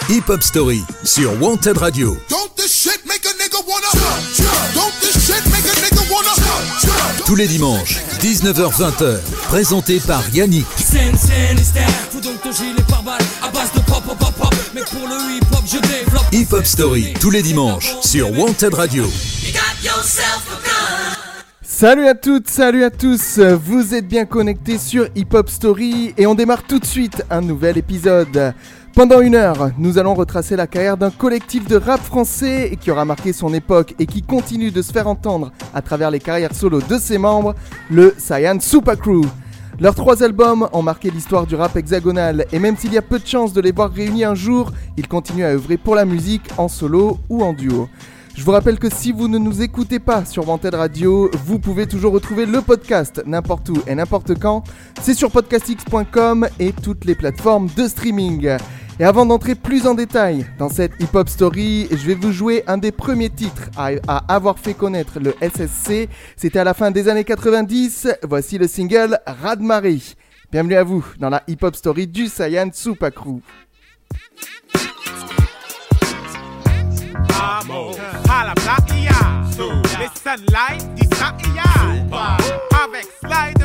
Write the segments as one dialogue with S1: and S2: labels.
S1: Hip Hop Story sur Wanted Radio. Tous les dimanches, 19h-20h, présenté par Yannick. Hip Hop Story, tous les dimanches, sur Wanted Radio.
S2: Salut à toutes, salut à tous, vous êtes bien connectés sur Hip Hop Story et on démarre tout de suite un nouvel épisode. Pendant une heure, nous allons retracer la carrière d'un collectif de rap français qui aura marqué son époque et qui continue de se faire entendre à travers les carrières solo de ses membres, le Saiyan Super Crew. Leurs 3 albums ont marqué l'histoire du rap hexagonal et même s'il y a peu de chances de les voir réunis un jour, ils continuent à œuvrer pour la musique en solo ou en duo. Je vous rappelle que si vous ne nous écoutez pas sur Wanted Radio, vous pouvez toujours retrouver le podcast n'importe où et n'importe quand. C'est sur podcastx.com et toutes les plateformes de streaming. Et avant d'entrer plus en détail dans cette hip-hop story, je vais vous jouer un des premiers titres à avoir fait connaître le SSC. C'était à la fin des années 90. Voici le single Radmarie. Bienvenue à vous dans la hip-hop story du Saiyan Super Crew.
S3: À la plaquilla, les sunlight d'Israël, avec slide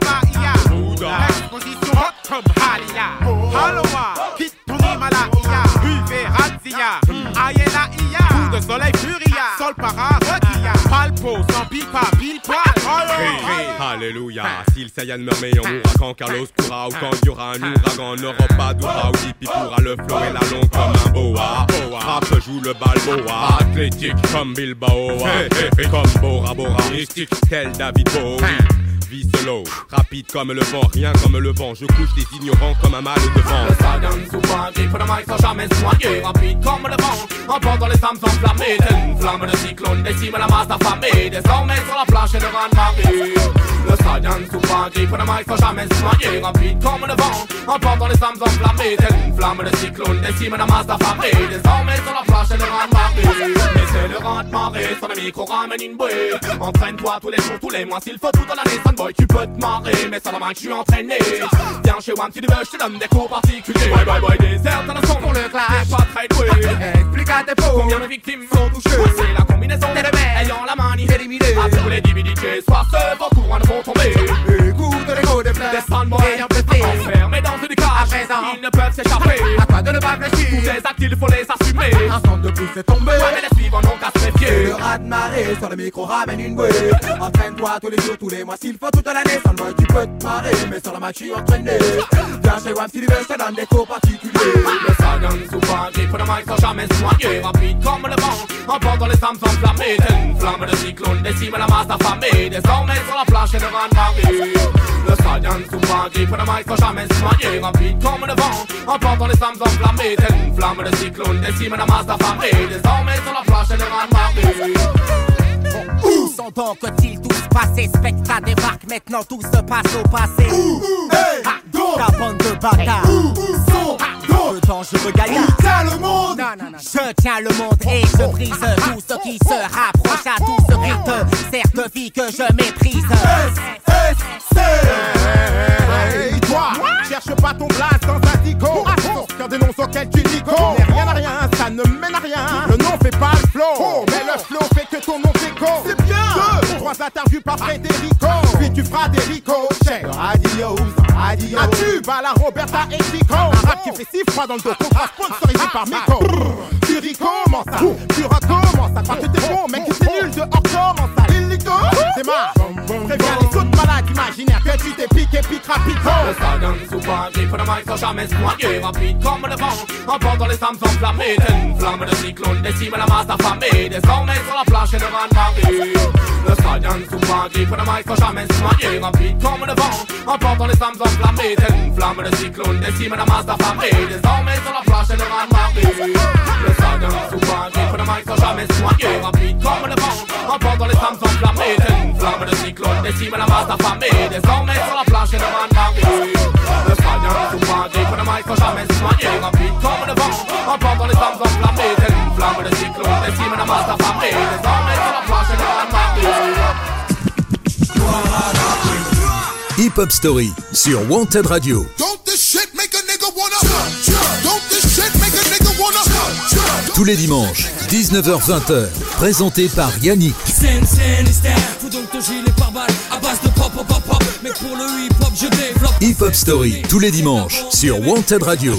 S3: Maïa, exposition hot comme Halia, Haloa, quitte ton Himalaya, Uvé Razia, Ayela Ia, coup de soleil furia, sol para requilla, palpo, sans pipa, pile poil,
S4: Alléluia, si le Saiyan meurt mais on mourra quand Carlos pourra ou quand il y aura un ouragan, on n'aura pas d'oura ou Dipi pourra le flow et la longue comme un boa. Rap joue le balboa, athlétique comme Bilbao, comme Bora Bora, mystique tel David Bowie. Vie solo, rapide comme le vent, rien comme le vent, je couche les ignorants comme un mal de vent.
S5: Le Saiyan Super Crew, pour le mic sans jamais soigner, rapide comme le vent, emportant les âmes enflammées, telle une flamme de cyclone, décime la masse affamée, désormais sur la planche et le Radmarie. Le Saiyan Super Crew, pour le mic sans jamais soigner, rapide comme le vent, emportant les âmes enflammées, telle une flamme de cyclone, décime la masse affamée, désormais sur la planche et le Radmarie. Mais c'est le Radmarie, sur le micro ramène une bouée, entraîne-toi tous les jours, tous les mois, s'il faut tout dans l'année, boy, tu peux te marrer, mais ça la main que je suis entraîné. Viens chez One, si tu veux, je te donne des cours particuliers. Boy, boy, boy, désert dans le son pour le clash. T'es pas très doué. Explique à tes pots combien de victimes sont touchées. C'est la combinaison des rebelles ayant la manie éliminée. À tous les divinités, soit ceux vos courants ne vont tomber. Écoute l'écho des fleurs, des soundboys ayant blessé. Enfermés dans une cage, à présent, ils ne peuvent s'échapper. À quoi de ne pas fléchir, tous les actes, il faut les assumer. Un centre de plus est tombé, ouais, mais les suivants n'ont qu'à se méfier. Le Radmarie sur le micro ramène une bouée. Entraîne-toi tous les jours, tous les mois, s'il faut toute l'année, sans le tu peux te marrer, mais sur la match je suis entraîné. Viens chez Wam si tu veux, je te donne des cours particuliers. Le Saiyan Super Crew, pour le mic sans jamais soigner, rapide comme le vent, emportant les âmes enflammées, telle une flamme de cyclone, décime la masse affamée, désormais sur la planche et le Radmarie. Le Saiyan Super Crew, pour le mic sans jamais soigner, rapide comme le vent, emportant les âmes enflammées, telle une flamme de cyclone, décime la masse affamée, désormais sur la planche et le Radmarie.
S6: Où sont donc ils tous passés? Spectre débarque, maintenant tout se passe au passé. Ta bande de bâtards. Le temps je regagne.
S3: Tiens le monde.
S6: Non. Je tiens le monde et je brise tout ce qui se rapproche à tout ce qui te sert de vie que je méprise.
S3: Hey, toi, cherche pas ton place dans un dico. Qu'un des noms auxquels tu nico. Mais rien à rien, ça ne mène à rien. Le nom fait pas le flow, mais le flow fait que ton nom déco. C'est bien. 2, 3 interviews par Frédérico. Puis tu feras des ricochets. Radio. Un tube à la Roberta et Chico. Un rap qui fait si froid dans le dos qu'on sera sponsorisé par Miko. Tu recommences ça, tu recommences ça. Parce que t'es bon, mec, c'est nul, dehors comment ça. Illico, démarre. Préviens les autres malades imaginaires que tu t'es piqué, pique rapido.
S5: Le Saiyan Super Crew, pour le mic sans jamais soigner, rapide comme le vent, emportant les âmes enflammées, telle une flamme de cyclone, décime la masse affamée, désormais sur la planche et le Radmarie. Le Saiyan Super Crew, pour le mic sans jamais soigner, rapide comme le vent, emportant les âmes enflammées, telle une flamme de cyclone, décime la masse affamée, désormais sur la planche et le Radmarie. Le Saiyan Super Crew, pour le mic sans jamais soigner, rapide comme le vent, emportant les âmes enflammées, telle une flamme de cyclone, décime la masse affamée, désormais sur la planche et le Radmarie. Le Saiyan Super Crew, pour le mic sans jamais soigner, rapide comme le vent, emportant les âmes enflammées, telle une flamme de cyclone, décime la masse affamée, désormais sur la planche et le Radmarie.
S1: Hip Hop Story sur Wanted Radio.
S7: Don't this shit make a nigga wanna? Don't this shit make a nigga wanna?
S1: tous les dimanches, 19h-20h, présenté par Yannick.
S7: Faut donc ton gilet pare-balles à base de pop, pop, pop, pop. Mais pour le hip-hop, je développe.
S1: Hip Hop Story, tous les dimanches, sur Wanted Radio.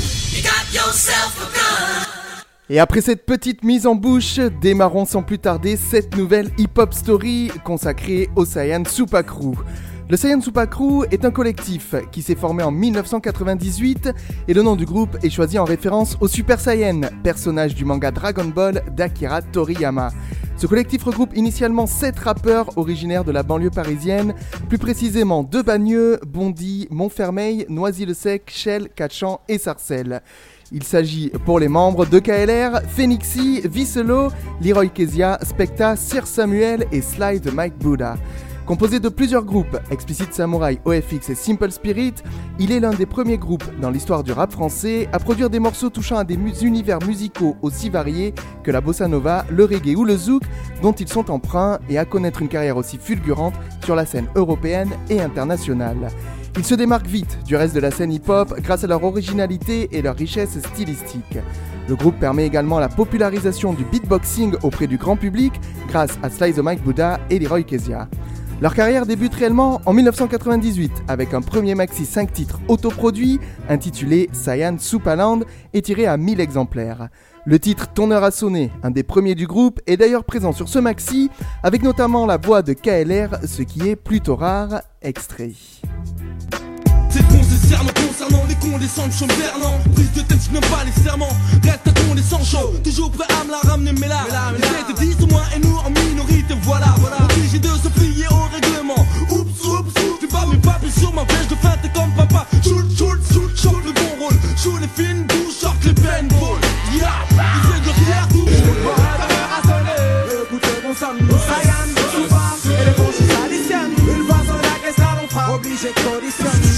S2: Et après cette petite mise en bouche, démarrons sans plus tarder cette nouvelle Hip Hop Story consacrée au Saiyan Super Crew. Le Saiyan Super Crew est un collectif qui s'est formé en 1998 et le nom du groupe est choisi en référence au Super Saiyan, personnage du manga Dragon Ball d'Akira Toriyama. Ce collectif regroupe initialement 7 rappeurs originaires de la banlieue parisienne, plus précisément de Bagneux, Bondy, Montfermeil, Noisy-le-Sec, Chelles, Cachan et Sarcelles. Il s'agit pour les membres de KLR, Phoenixy, Vicelo, Leroy Kezia, Specta, Sir Samuel et Sly the Mike Buddha. Composé de plusieurs groupes, Explicit Samurai, OFX et Simple Spirit, il est l'un des premiers groupes dans l'histoire du rap français à produire des morceaux touchant à des univers musicaux aussi variés que la bossa nova, le reggae ou le zouk, dont ils sont emprunts, et à connaître une carrière aussi fulgurante sur la scène européenne et internationale. Ils se démarquent vite du reste de la scène hip-hop grâce à leur originalité et leur richesse stylistique. Le groupe permet également la popularisation du beatboxing auprès du grand public grâce à Sly the Mike Buddha et Leroy Kezia. Leur carrière débute réellement en 1998 avec un premier maxi 5 titres autoproduit intitulé Saiyan Superland et tiré à 1000 exemplaires. Le titre Ton heure a sonné, un des premiers du groupe, est d'ailleurs présent sur ce maxi avec notamment la voix de KLR, ce qui est plutôt rare. Extrait.
S8: C'est con, c'est cerno concernant les condescendants bernants. Prise de thème, je n'aime pas les serments. Reste à condescend chaud, toujours prêt à me la ramener, mais là, les 10 au moins et nous en minorité, voilà. Obligé de se plier au règlement. Oups, oups, oups, tu bats mes papes sur ma flèche de fête comme papa. Shoot, shoot, shoot, chante le bon rôle. Shoot les fines bouches, short les paintball. Yeah, il fait gloire tout. Écoutez mon son, Saiyan, Super, et les bons choses additionnent. Une fois sur la caisse, là, on fera obligé de conditionner.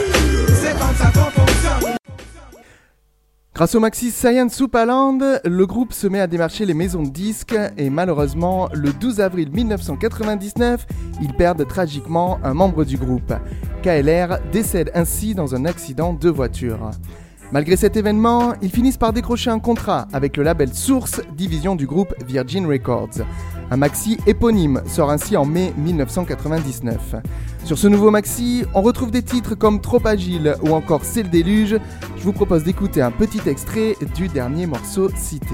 S2: Grâce au maxi Saiyan Superland, le groupe se met à démarcher les maisons de disques et malheureusement, le 12 avril 1999, ils perdent tragiquement un membre du groupe. KLR décède ainsi dans un accident de voiture. Malgré cet événement, ils finissent par décrocher un contrat avec le label Source, division du groupe Virgin Records. Un maxi éponyme sort ainsi en mai 1999. Sur ce nouveau maxi, on retrouve des titres comme Trop Agile ou encore C'est le déluge. Je vous propose d'écouter un petit extrait du dernier morceau cité.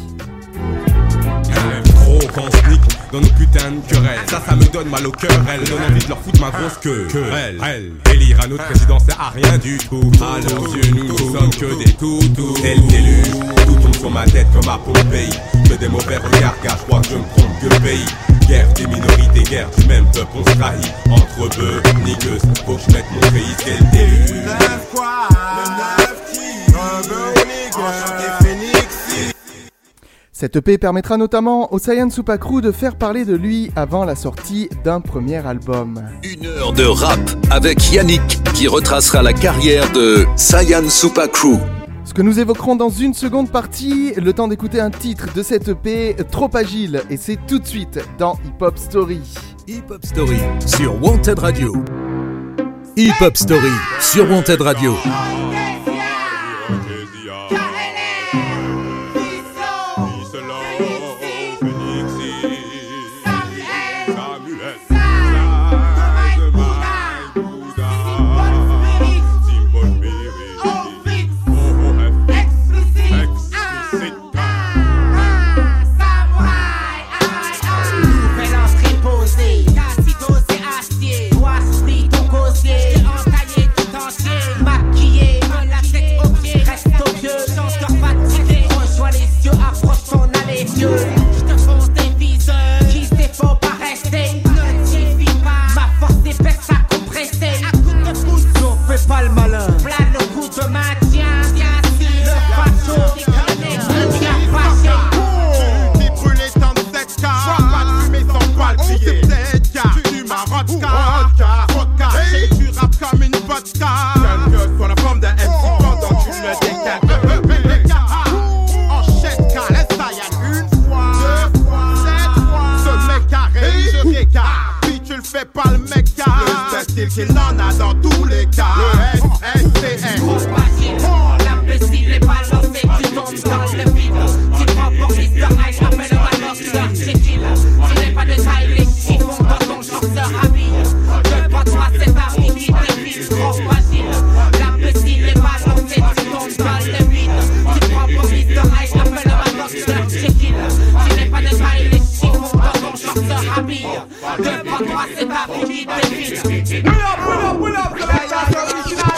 S4: Trop qu'on se nique dans nos putains de querelles. Ça me donne mal au cœur. Elle donne envie de leur foutre ma grosse queue. Elle élire à notre président, c'est à rien du tout. À leurs yeux, nous sommes que des toutous. Tel déluge, tout tombe sur ma tête comme à Pompéi. Que des mauvais regards, car je crois que je me trompe que le pays. Guerre des minorités, guerre du même peuple, on se trahit. Entre bœufs, nigueuses, faut que je mette mon pays, quel déluge.
S3: Le 9 quoi, le 9 qui, un bœuf enchanté Phoenixy.
S2: Cette EP permettra notamment au Saiyan Super Crew de faire parler de lui avant la sortie d'un premier album.
S1: Une heure de rap avec Yannick qui retracera la carrière de Saiyan Super Crew.
S2: Ce que nous évoquerons dans une seconde partie, le temps d'écouter un titre de cette EP, Trop Agile, et c'est tout de suite dans Hip Hop Story.
S1: Hip Hop Story sur Wanted Radio. Hip Hop Story sur Wanted Radio.
S6: Maquillé tu colles le vide. Tu te prends pour Mr. High, je l'appelle ma boxeur, check it. Tu n'es pas de taille, les chiffons dans ton short se habille. Devant toi c'est ta vie qui défile.
S3: Pull up, original,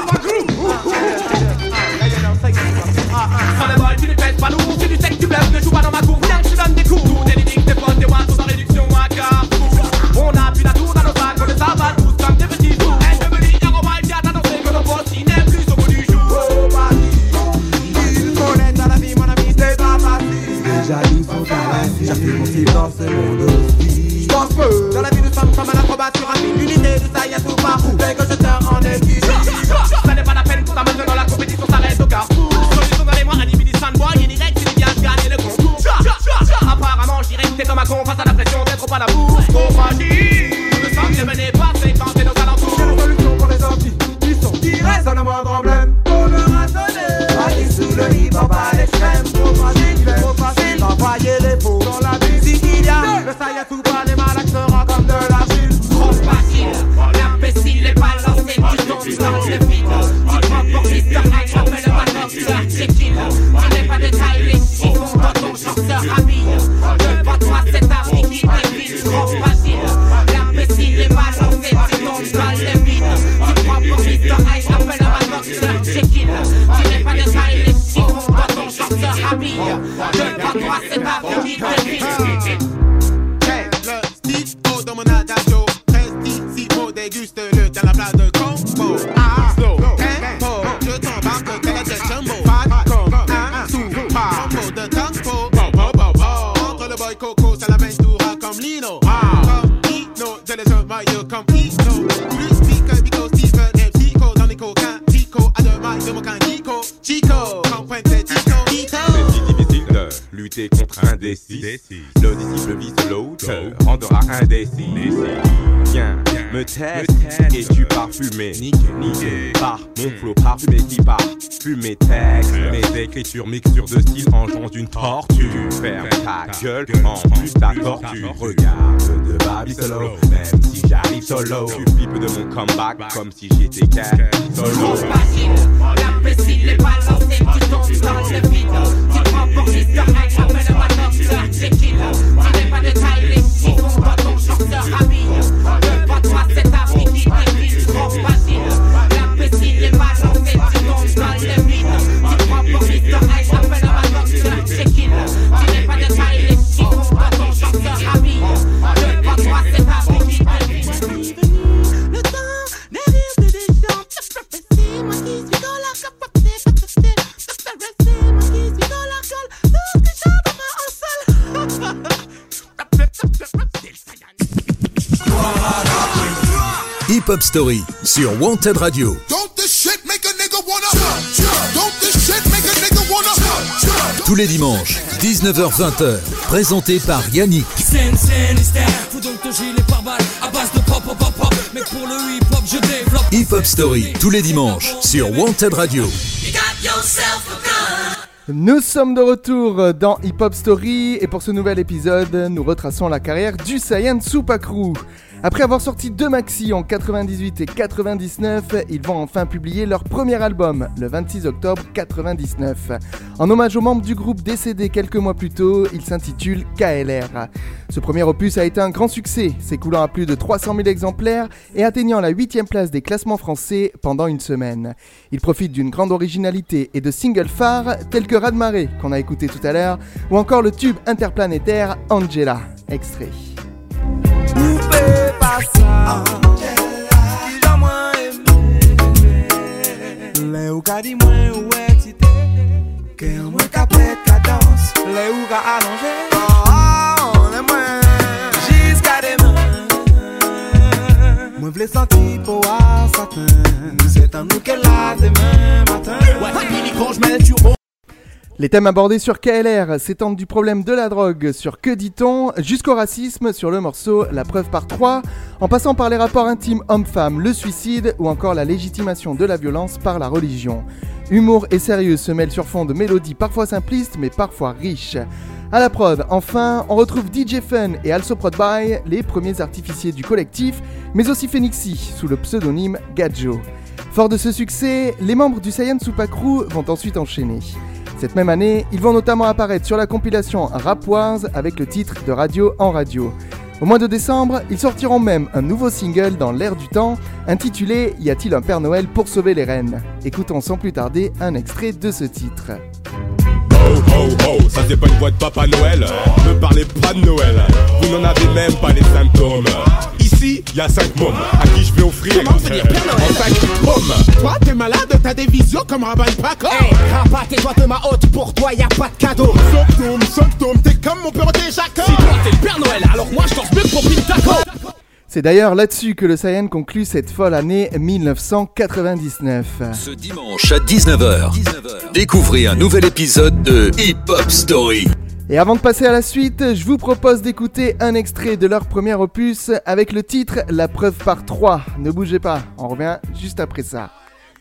S5: Sans le vol, tu ne pèses pas lourd, tu sais que tu bluffes, ne joue pas dans ma cour, viens que je te donne des coups. Tout est lyrique, tes potes, tes watts sont en réduction à Carrefour. On a plus la tour dans nos sacs, on les abat tous comme des petits fous. Elle devenue Hero Wild, viens t'annoncer que nos potes, il n'est plus au bout du jour.
S3: il connaît dans la vie, mon ami, c'est pas facile.
S9: Les jaloux sont caressés, j'ai fait mon style dans ce monde hostile.
S3: J'pense peu, dans la vie nous sommes comme un acrobate sur un fil. L'unité de ça, y'a tout partout, dès que je te rends des filles.
S5: Ça n'est pas la peine pour ta maintenant la compétition s'arrête au carrefour. Solution dans les mois, anime du sandboy, il est direct, il vient de gagner le concours. Apparemment, je dirais que t'es comme un con face à la pression, t'es trop à la bourse. Trop fragile, le sang ne venait pas fréquenter nos alentours.
S3: J'ai la solution pour les orties, qui restent sans le moindre emblème. Pour le raisonner, aller sous le hip-hop à l'extrême. Trop facile, d'envoyer les faux dans la ville. Si il y a le ça y a tout pas, les malades seront comme de l'argile.
S6: Trop facile, l'imbécile est balancé, tu tombes dans le vide. Tu prends pour Mr. High, je l'appelle ma boxeur, check it. Tu n'es pas de taille, les chiffons dans ton short se habille. Devant toi c'est ta vie qui défile. Trop facile, l'imbécile est balancé, tu tombes dans le vide. Tu prends pour Mr. High, je l'appelle ma boxeur, check it. Tu n'es pas de taille, les chiffons dans ton short se habille. Devant toi c'est ta vie qui défile.
S3: Hey, le style haut dans mon adagio. Prestissimo, déguste-le dans la place de combo. Slow, tempo, je t'embarque dans la tête jumbo. Pas comme un sous-pas, de tempo. Entre le boy Coco, ça la ventura comme Lino. Comme Lino, de les hommes maillot comme Lino. Plus pique, Bico, Steven, et Chico, dans les coquins. Chico, à deux mailles de mon can Chico. Chico, comme Puente, Chico.
S4: C'est si difficile de lutter contre indécis. Le disciple vise l'autre, rendra indécis. Viens, me teste et tu parfumé. Niqué par mon flow parfumé qui parfume mes textes. Mes écritures, mixture de style engendrent une tortue. Ferme ta gueule, en plus ta tortue. Regarde de Baby Solo, même si j'arrive solo. Tu flippes de mon comeback comme si j'étais solo.
S6: Trop facile, l'imbécile est balancé, tu tombes dans le vide. Tu prends pour Mr. High, j'appelle ma boxeur, check it. Tu n'es pas de taille, les chiffons dans ton short se habille. Devant toi c'est ta vie qui défile. Trop facile, l'imbécile est balancé, tu tombes dans le vide. Tu prends pour Mr. High, j'appelle ma boxeur, check it. Tu n'es pas de taille, les chiffons dans ton short se habille. Devant toi c'est ta vie qui défile. Le temps derrière des gens, c'est moi qui suis dans la capacité. C'est moi qui suis dans la colle, tout que j'ai dans ma ensemble.
S1: Hip Hop Story sur Wanted Radio. Tous les dimanches, 19h-20h, présenté par Yannick.
S7: Faut donc ton gilet pare-balles à base de pop pop pop pop. Mais pour le hip hop je développe.
S1: Hip Hop Story, tous les dimanches, sur Wanted Radio.
S2: Nous sommes de retour dans Hip Hop Story et pour ce nouvel épisode, nous retraçons la carrière du Saiyan Supakru. Après avoir sorti 2 maxis en 98 et 99, ils vont enfin publier leur premier album, le 26 octobre 99. En hommage aux membres du groupe décédés quelques mois plus tôt, il s'intitule KLR. Ce premier opus a été un grand succès, s'écoulant à plus de 300 000 exemplaires et atteignant la 8e place des classements français pendant une semaine. Il profite d'une grande originalité et de singles phares tels que Radmaré, qu'on a écouté tout à l'heure, ou encore le tube interplanétaire Angela, extrait.
S9: Poupée pas ça, qui l'a moins aimé. Les ou qu'a dit moins ou excité, que moins qu'a prête qu'a danse. Les ou qu'a allongé, on est moins jusqu'à demain. Moi v'lais sentir pour à satin, c'est un nous qu'elle a demain matin.
S5: Ouais, fini quand je mets le turbo.
S2: Les thèmes abordés sur KLR s'étendent du problème de la drogue sur Que dit-on jusqu'au racisme sur le morceau La preuve par 3, en passant par les rapports intimes homme-femme, le suicide ou encore la légitimation de la violence par la religion. Humour et sérieux se mêlent sur fond de mélodies parfois simplistes mais parfois riches. À la prod, enfin, on retrouve DJ Fun et Also Prod By, les premiers artificiers du collectif, mais aussi Phoenixy sous le pseudonyme Gadjo. Fort de ce succès, les membres du Saiyan Super Crew vont ensuite enchaîner. Cette même année, ils vont notamment apparaître sur la compilation Rap Wars avec le titre de Radio en Radio. Au mois de décembre, ils sortiront même un nouveau single dans l'air du temps, intitulé « Y a-t-il un Père Noël pour sauver les reines ?» Écoutons sans plus tarder un extrait de ce titre.
S4: Oh oh oh, ça c'est pas une voix de Papa Noël. Ne parlez pas de Noël, vous n'en avez même pas les symptômes. Ici, y a 5 mômes à qui je vais offrir en 5 mômes.
S3: Toi t'es malade, t'as des visions comme Rabat Paco.
S6: Hey, Rabat, tais-toi de ma haute, pour toi y a pas de cadeau.
S3: Symptôme, t'es comme mon père déjà.
S6: Si toi t'es le Père Noël, alors moi je danse mieux pour Pintaco.
S2: C'est d'ailleurs là-dessus que le Saiyan conclut cette folle année 1999.
S1: Ce dimanche à 19h, découvrez un nouvel épisode de Hip Hop Story.
S2: Et avant de passer à la suite, je vous propose d'écouter un extrait de leur premier opus avec le titre La Preuve par 3. Ne bougez pas, on revient juste après ça.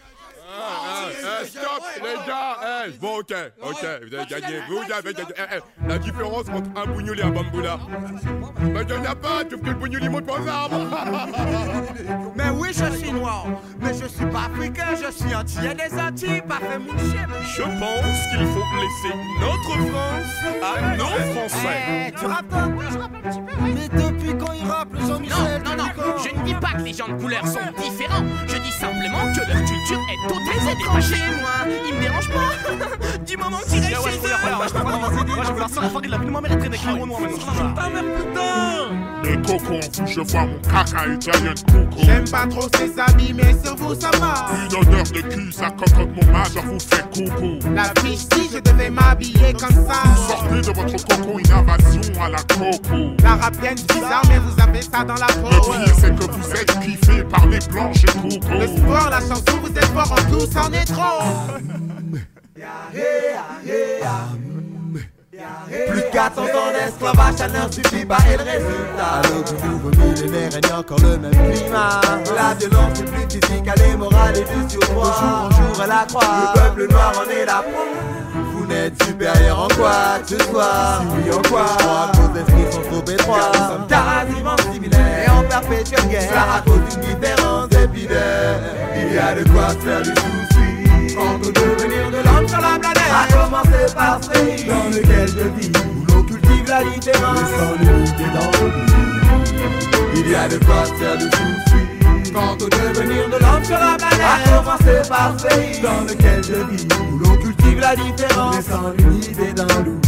S4: Stop les gars, bon ok, vous avez gagné, vous avez gagné. La différence entre un bougnoul et un bamboula, mais il n'y en a pas, tu veux que le bougnoul il monte pas aux arbres.
S9: Mais oui, je suis noir, mais je suis pas africain, je suis antillais des Antilles, pas fait mon chien.
S4: Je pense qu'il faut laisser notre France à nos Français.
S9: Tu rappes un petit peu, oui. Mais depuis quand il rappe, Jean-Michel?
S6: Non, je ne dis pas que les gens de couleur sont différents. Je dis simplement que leur culture est totalement dépassée. Moi, il me dérange pas. Du moment qu'il reste chez eux.
S8: Je veux la seule fois qu'il a vu ma mère traîner avec les Renois maintenant. Ta mère, putain!
S3: Les cocos, je vois mon caca italien de coco. J'aime pas trop ses amis, mais sur vous ça va. Une odeur de cul, ça cocotte mon majeur vous fait coucou. La fiche si je devais m'habiller comme ça. Sortez de votre coco, innovation à la coco. La rapienne bizarre, mais vous avez ça dans la peau. Le pire, c'est que vous êtes kiffés par les blanches et coco. Le sport, la chanson, vous êtes fort en tout, c'en est trop.
S9: Plus de 400 ans d'esclavage, ça ne suffit pas et le résultat. À l'aube du nouveau millénaire, règne encore le même climat. La violence est plus physique, elle est morale et du surpoids. De jour en jour, elle accroît. Le peuple noir en est la proie. Vous n'êtes supérieur en quoi que ce soit. Si oui, en quoi? Nos esprits sont trop étroits. Nous sommes quasiment similaires et en perpétuelle guerre. Cela à cause d'une différence épiderme. Il y a de quoi se faire du souci. Quant au devenir de l'homme sur la planète, à commencer par ce pays dans lequel je vis, où l'on cultive la différence et sans l'unité dans l'oubli. Il y a de quoi se faire du souci. Quant au devenir de l'homme sur la planète, à commencer par ce pays dans lequel je vis, où l'on cultive la différence et sans l'unité dans l'oubli.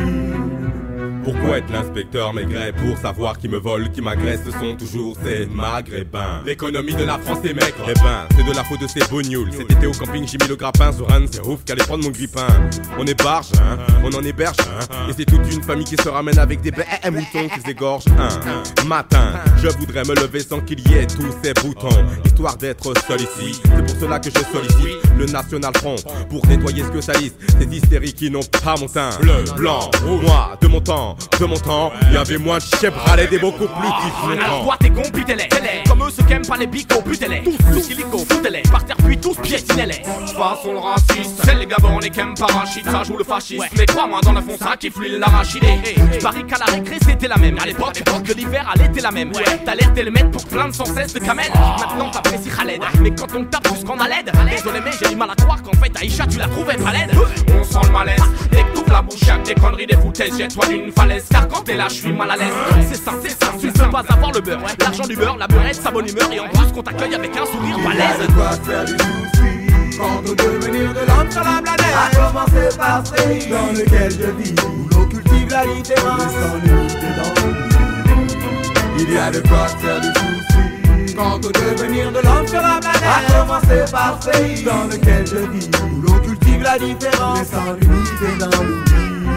S4: Pourquoi être l'inspecteur Maigret pour savoir qui me vole, qui m'agresse, ce sont toujours ces maghrébins. L'économie de la France est maigre, eh ben, c'est de la faute de ces bognoules. Cet été au camping j'ai mis le grappin sur Anne, c'est ouf qu'allait prendre mon grippin. On est barge, hein, on en héberge, hein, et c'est toute une famille qui se ramène avec des moutons qui s'égorgent un matin. Je voudrais me lever sans qu'il y ait tous ces boutons, histoire d'être seul ici. C'est pour cela que je sollicite le National Front pour nettoyer ce que salissent ces hystériques qui n'ont pas mon teint. Bleu, blanc, moi, de mon temps, il y avait moins de chèbralais et beaucoup plus qui
S6: alors toi t'es con, butez-les. Comme eux ceux qui aiment pas les bicots, butez-les. Tous illico, foutez-les. Par terre puis tous piétinez-les. Façon le raciste, c'est les gabons, les qu'aiment parachute. Ça joue le fascisme, mais crois-moi dans le fond ça qui fluide l'arachide. Paris qu'à la récré c'était la même. À l'époque, que l'hiver à l'été la même. T'as l'air le mettre pour plaindre sans cesse de camel. Maintenant t'apprécies Khaled, mais quand on tape jusqu'en a l'aide. Désolé mais j'ai du mal à croire qu'en fait Aïcha tu la trouvais pas laide. On sent le malaise, dès que t'ouvres la bouche y'a des conneries, des foutaises. Jette-toi d'une falaise, car quand t'es là je suis mal à l'aise. C'est ça, tu ne peux pas avoir le beurre. L'argent du beurre, la beurrette, sa bonne humeur. Et en plus qu'on t'accueille avec un sourire balèze.
S9: Il y a de quoi se faire du souci. Quant au devenir de l'homme sur la planète, à commencer par ce pays dans lequel je vis, où l'on cultive la différence et sans l'unité dans l'oubli. Il y a de quoi se faire du souci. Quant au devenir de l'homme sur la planète, à commencer par ce pays dans lequel je vis, où l'on cultive la différence et sans l'unité dans l'oubli.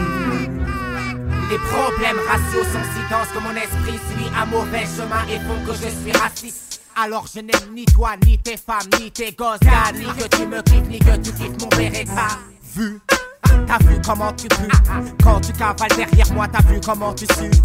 S6: Les problèmes raciaux sont si denses que mon esprit suit un mauvais chemin et font que je suis raciste. Alors je n'aime ni toi, ni tes femmes, ni tes gosses, gars, ni que tu me kiffes, ni que tu kiffes mon Beretta. Vu, t'as vu comment tu pues. Quand tu cavales derrière moi, t'as vu comment tu sues.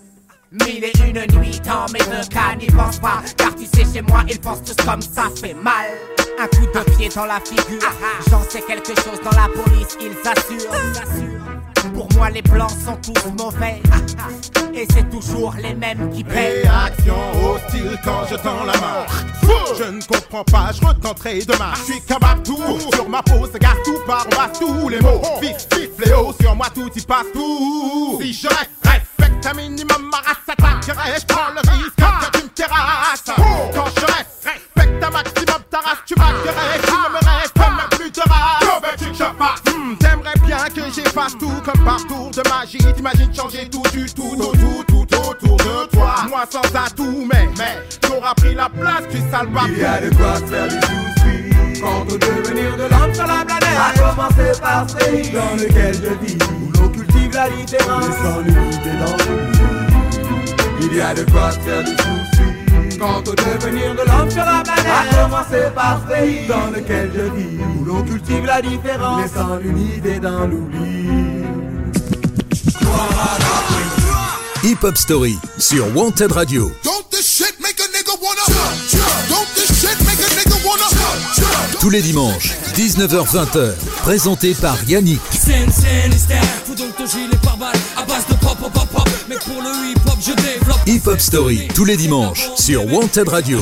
S6: 1001 nuits dans mes deux cas, n'y pense pas. Car tu sais chez moi, ils pensent tous comme ça fait mal. Un coup de pied dans la figure, j'en sais quelque chose dans la police, ils assurent. Pour moi les blancs sont tous mauvais. Et c'est toujours les mêmes qui paient.
S3: Réaction hostile quand je tends la main. Je ne comprends pas, je retenterai demain. Je suis capable tout, sur ma peau se gasse tout par on passe tous les mots. Vif, vif, fléau, sur moi tout y passe tout. Si je respecte un minimum ma race s'attaquerait, je prends le risque que tu me terrasses. Quand je respecte un maximum ta race, tu m'accueillerais. Tu ne me restes même plus de race. Que veux-tu que je fasse? T'aimerais bien que j'efface tout comme par tour de magie. T'imagines changer tout du tout autour de toi. Moi sans atout, mais t'auras pris la place, tu sale bâtard.
S9: Il y a de quoi se faire du souci quant au devenir de l'homme sur la planète. A commencer par ce pays dans lequel je vis, où l'on cultive la différence et sans l'unité dans le. Il y a de quoi se faire du souci quant au devenir de l'homme sur la planète. A commencer par ce pays dans lequel je vis, où l'on cultive la différence et sans l'unité dans l'oubli.
S1: Hip Hop Story sur Wanted Radio. Tous les dimanches, 19h-20h, présenté par Yannick.
S7: Faut donc ton gilet pare-balles à base de pop pop pop pop. Mais pour le hip hop je développe.
S1: Hip Hop Story, tous les dimanches sur Wanted Radio.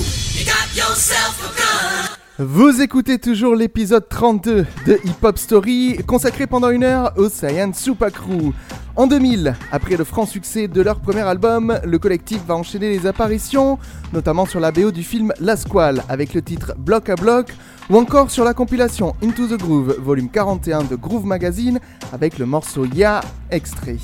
S2: Vous écoutez toujours l'épisode 32 de Hip Hop Story, consacré pendant une heure au Saiyan Super Crew. En 2000, après le franc succès de leur premier album, le collectif va enchaîner les apparitions, notamment sur la BO du film La Squale, avec le titre Bloc à Bloc, ou encore sur la compilation Into the Groove, volume 41 de Groove Magazine, avec le morceau Ya, extrait.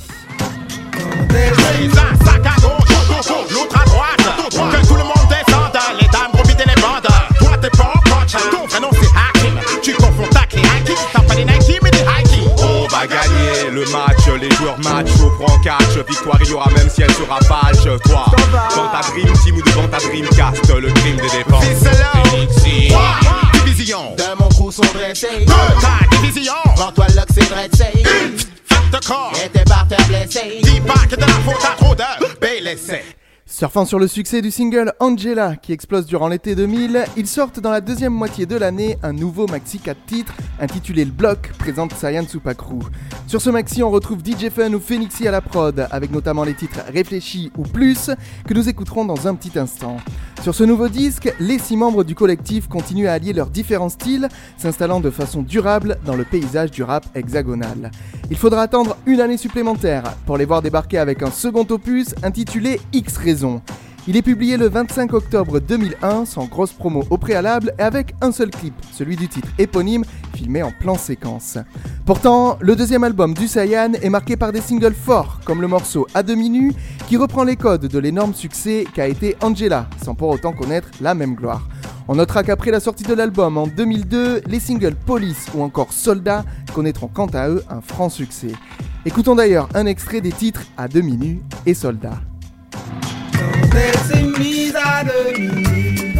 S3: Un sac à gauche, l'autre à droite, que tout le monde descende, les dames vont vider les bandes. Toi t'es pas en coach, ton vrai nom c'est Hakim. Tu confonds tac les Hakim, t'as pas des Nike mais des Hakim.
S4: On va gagner le match, les joueurs match au prend catch. Victoire il y aura même si elle sera falche. Toi, dans ta dream team ou devant ta dreamcast, le crime des dépenses.
S3: C'est cela, division
S9: De mon crew sont dressés,
S3: de ta division.
S9: Vends-toi le lock c'est dressé.
S3: De corps,
S9: Et t'es par terre blessé.
S3: dis pas que de la faute à trop de BLSC.
S2: Surfant sur le succès du single Angela qui explose durant l'été 2000, ils sortent dans la deuxième moitié de l'année un nouveau maxi 4 titres intitulé Le Bloc, présente Saiyan Super Crew. Sur ce maxi, on retrouve DJ Fun ou Phoenixy à la prod, avec notamment les titres Réfléchi ou Plus, que nous écouterons dans un petit instant. Sur ce nouveau disque, les 6 membres du collectif continuent à allier leurs différents styles, s'installant de façon durable dans le paysage du rap hexagonal. Il faudra attendre une année supplémentaire pour les voir débarquer avec un second opus intitulé X Raison. Il est publié le 25 octobre 2001 sans grosse promo au préalable et avec un seul clip, celui du titre éponyme, filmé en plan séquence. Pourtant, le deuxième album du Saiyan est marqué par des singles forts, comme le morceau À demi nu, qui reprend les codes de l'énorme succès qu'a été Angela, sans pour autant connaître la même gloire. On notera qu'après la sortie de l'album en 2002, les singles Police ou encore Soldat connaîtront quant à eux un franc succès. Écoutons d'ailleurs un extrait des titres À demi nu et Soldat.
S9: Elle s'est mise à demi.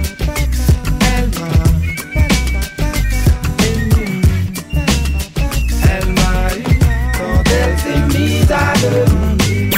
S9: Elle m'a eu quand elle s'est mise à demi.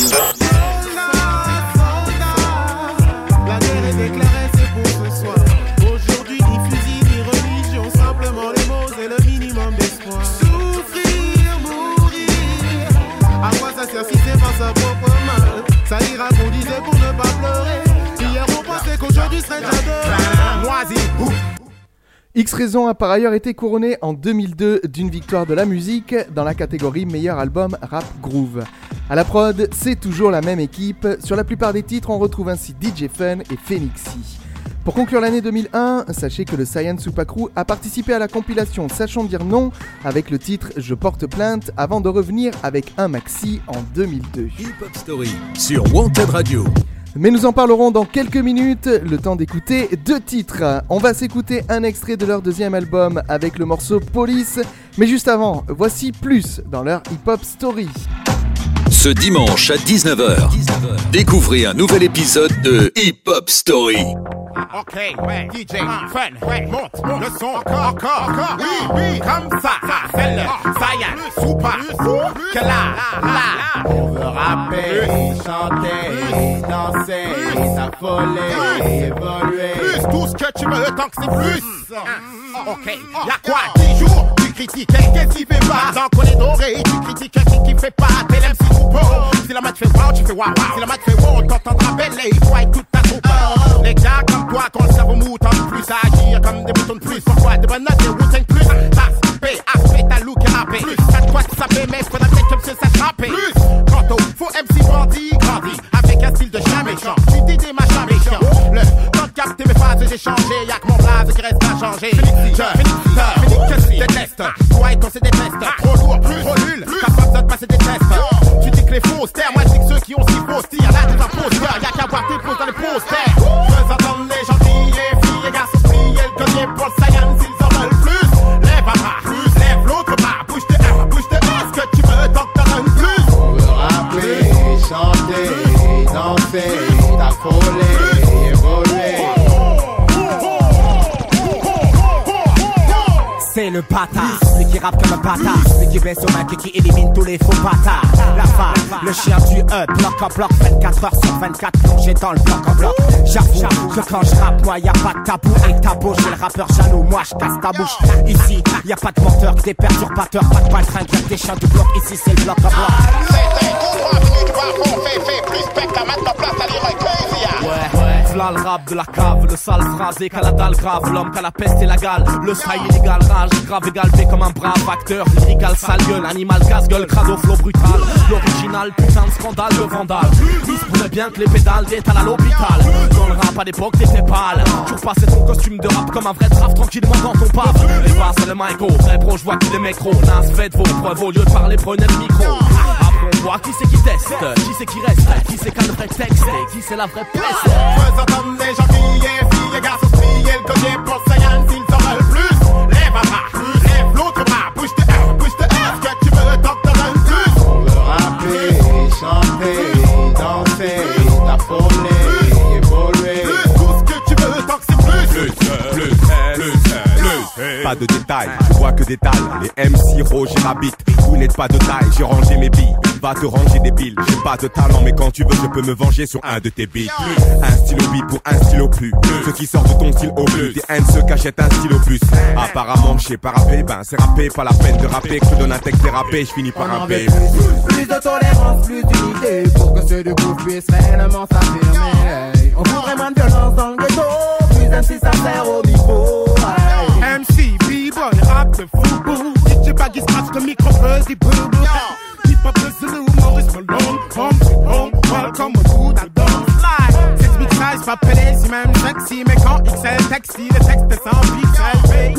S3: La guerre est déclarée, c'est pour ce soir. Aujourd'hui, ni fusil, ni religion, simplement les mots et le minimum d'espoir. Souffrir, mourir, à quoi ça sert si c'est pas sa propre main? Ça ira qu'on disait pour ne pas pleurer. Hier on pensait qu'aujourd'hui serait déjà demain. Moisi,
S2: X Raison a par ailleurs été couronné en 2002 d'une victoire de la musique dans la catégorie meilleur album rap groove. À la prod, c'est toujours la même équipe. Sur la plupart des titres, on retrouve ainsi DJ Fun et Phoenixy. Pour conclure l'année 2001, sachez que le Saiyan Super Crew a participé à la compilation Sachons dire non avec le titre Je porte plainte avant de revenir avec un maxi en 2002.
S1: Hip Hop Story sur Wanted Radio.
S2: Mais nous en parlerons dans quelques minutes, le temps d'écouter 2 titres. On va s'écouter un extrait de leur deuxième album avec le morceau Police, mais juste avant, voici Plus dans leur Hip Hop Story.
S1: Ce dimanche à 19h, découvrez un nouvel épisode de Hip Hop Story.
S3: ok, ouais, DJ, Fun, ouais, monte le son, encore, oui, comme ça, c'est le Saiyan Super, que là,
S9: On veut rapper, chanter, danser, s'affoler, évoluer.
S3: plus tout ce que tu veux tant que c'est plus. Ok, y'a quoi, 10 jours, critiques, qu'est-ce qui fait pas? Tant qu'on est doré, tu critiques qui fait pas. T'es l'MC troupeau. Si la match fait wow, tu fais wow. Si la match fait wow, t'entendras belle et il faut être toute ta troupe. Les gars comme toi, quand le cerveau mou, tente plus à agir comme des boutons de plus. Pourquoi des bonnes notes, des routines plus? Aspect, ta look est rappé. T'as de quoi te saper, mais faudra peut-être que monsieur sache rapper. Plus, quant au faux MC grandit avec un style de chat méchant. Tu dis des machins méchants. Le temps de capter mes phases, j'ai changé. Y'a que mon blaze qui reste à changer. Je déteste. Toi et ton c'est des tests. Trop lourd, trop nul. T'as pas besoin de passer des tests. Tu dis que les fausses terres, moi je dis que ceux qui ont si fausses tirs. Là, t'es un posteur, y'a qu'à voir tes poses dans les posters. Je entendre les gens crier, filles et garçons crier. Le collier pour le Saiyan s'ils en veulent plus. Lève un bras, lève l'autre bras. Bouge de un, ce que tu veux, tant que t'en as plus.
S9: On veut rapper, chanter, danser, t'affoler, évoluer.
S10: C'est le bâtard, celui qui rappe comme un bâtard, celui qui baisse au mains et qui élimine tous les faux bâtards. La femme, le chien du bloc en bloc, 24 heures sur 24, plongé dans le bloc en bloc. J'avoue que quand je rappe, moi y'a pas de tabou et ta bouche, j'ai le rappeur jaloux, moi je casse ta bouche. Ici, y'a pas de menteur, des perturbateurs, pas de baltringue, y'a des chiens du bloc, ici c'est le bloc en bloc.
S3: C'est un coup droit venu du bas-fond, fait plus spectacle, maintenant place à l'heroic crazy.
S5: Ouais, v'là le rap de la cave, le sale phrasé qu'à la dalle grave, l'homme qu'à la peste et la gale, le style illégal, rage, grave égal, B comme un brave acteur, lyrical, sale gueule, animal, casse-gueule, crado, flow brutal, l'original, putain de scandale, de vandale, il se pourrait bien que les pédales d'étal à l'hôpital, dans le rap à l'époque t'étais pâle, tu repassais ton costume de rap comme un vrai traf, tranquillement dans ton paf, les basses à le micro, très pro, je vois que les mécros, nas, faites vos preuves, au lieu de parler, prenez le micro. On voit qui c'est qui teste, qui c'est qui reste, qui c'est qu'a le vrai texte, qui c'est la vraie peste.
S3: Je entendre les gens crier, filles et garçons crier, le collier pour le Saiyan s'ils en veulent plus. Lève un bras, lève l'autre bras, bouge de un, ce que tu veux, tant que t'en as plus.
S9: On veut rapper, chanter, danser, t'affoler, évoluer.
S3: Tout ce que tu veux, tant que c'est plus.
S4: Pas de détails, je vois que des dalles. Les MC Roger m'habitent, vous n'êtes pas de taille. J'ai rangé mes billes, va te ranger des billes. J'ai pas de talent, mais quand tu veux, je peux me venger sur un de tes beats. Un stylo bille pour un stylo plus. Ce qui sort de ton style au plus. Des haines se cachent un stylo plus. Apparemment, je sais pas rapper, ben c'est rapper, pas la peine de rapper. Que je te donne un texte dérapé, je finis par rapper.
S9: Plus de tolérance, plus d'unité, pour que ceux de groupe puissent réellement s'affirmer. On voudrait moins de violence dans le ghetto, plus MC ça sert au micro.
S3: MC, B-boy, rap de football. DJ Baggy scratch the micro, fuzzy boo-boo. Hip-hop de Zulu, Maurice Malone. Home, welcome to the dance line. Cette mixage pas pelé, si même sexy. Mais quand XL taxi, le texte est sans pixel.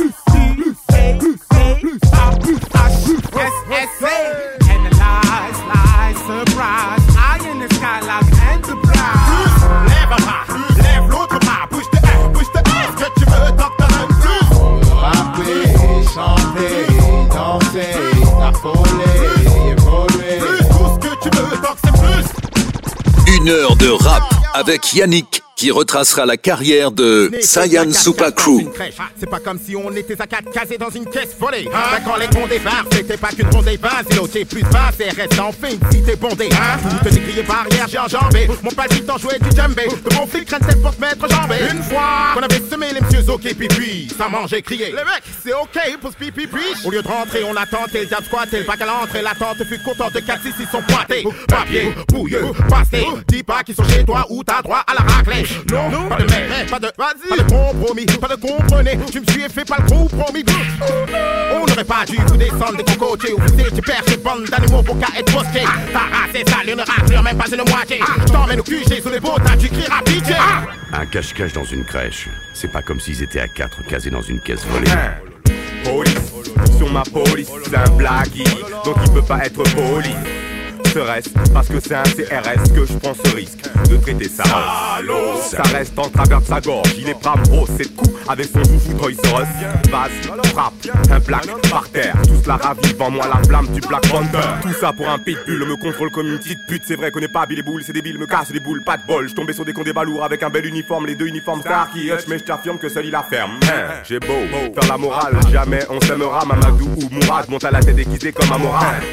S3: B-C-A-H-S-S-A. Analyze, lie, surprise. Eye in the sky like Enterprise. Lève un bras, lève l'autre bras. Bouge de un, ce que tu veux, tant que t'en as plus.
S9: Rapper, chanter, danser, t'affoler, évoluer.
S3: Tout ce que tu veux, tant que c'est plus.
S1: Une heure de rap avec Yannick qui retracera la carrière de Saiyan Super Crew.
S3: C'est pas comme si on était à 4 casés dans une caisse volée. Ben quand les bons débarquent, c'était pas qu'une bondée base. Et l'autre plus bas, c'est reste en fin si t'es bondé. Tout te décrié barrière, j'ai enjambé. Mon palpitant jouait du djembé. De mon fil crâne tête pour te mettre jambé. Une fois qu'on avait semé les messieurs ok pipi, ça mangeait crié. Le mec, c'est ok pour ce pipi Au lieu de rentrer, on a tenté le diable squatté. Le bac à l'entrée, l'attente fut contente de 4-6, ils sont pointés. Papier, bouilleux, pasté. Dis pas qu'ils sont chez toi ou t'as droit à la raclée. Non, pas de mais, pas de compromis, pas de comprenez. Tu me suis et fais pas le compromis. On n'aurait pas dû vous descendre des cocotiers ou vous étiez perché bande d'animaux pour qu'à être posté. Ta race est sale, une raclure, même pas une moitié. Je t'emmène au QG sous les beaux tas, tu crieras pitié.
S11: Un cache-cache dans une crèche, c'est pas comme s'ils étaient à 4 casés dans une caisse volée.
S4: Police, sur ma police, c'est un blaguey, donc il peut pas être poli. Serait-ce parce que c'est un CRS que je prends ce risque de traiter ça. Allô, ça reste en travers de sa gorge. Il est pas gros, c'est de coup avec son joujou Toys R Us. Base, frappe, un black par terre. Tous la ravivent en moi la flamme du Black Panther. Tout ça pour un pitbull, me contrôle comme une petite pute. C'est vrai qu'on n'est pas Billy Bull, c'est débile, me casse les boules, pas de bol. Je tombais sur des cons des balourds avec un bel uniforme, les deux uniformes stars qui hush, mais je t'affirme que seul il la ferme. J'ai beau faire la morale, jamais on s'aimera. Mamadou ou Mourad monte à la tête déguisée comme un moral. On se dispute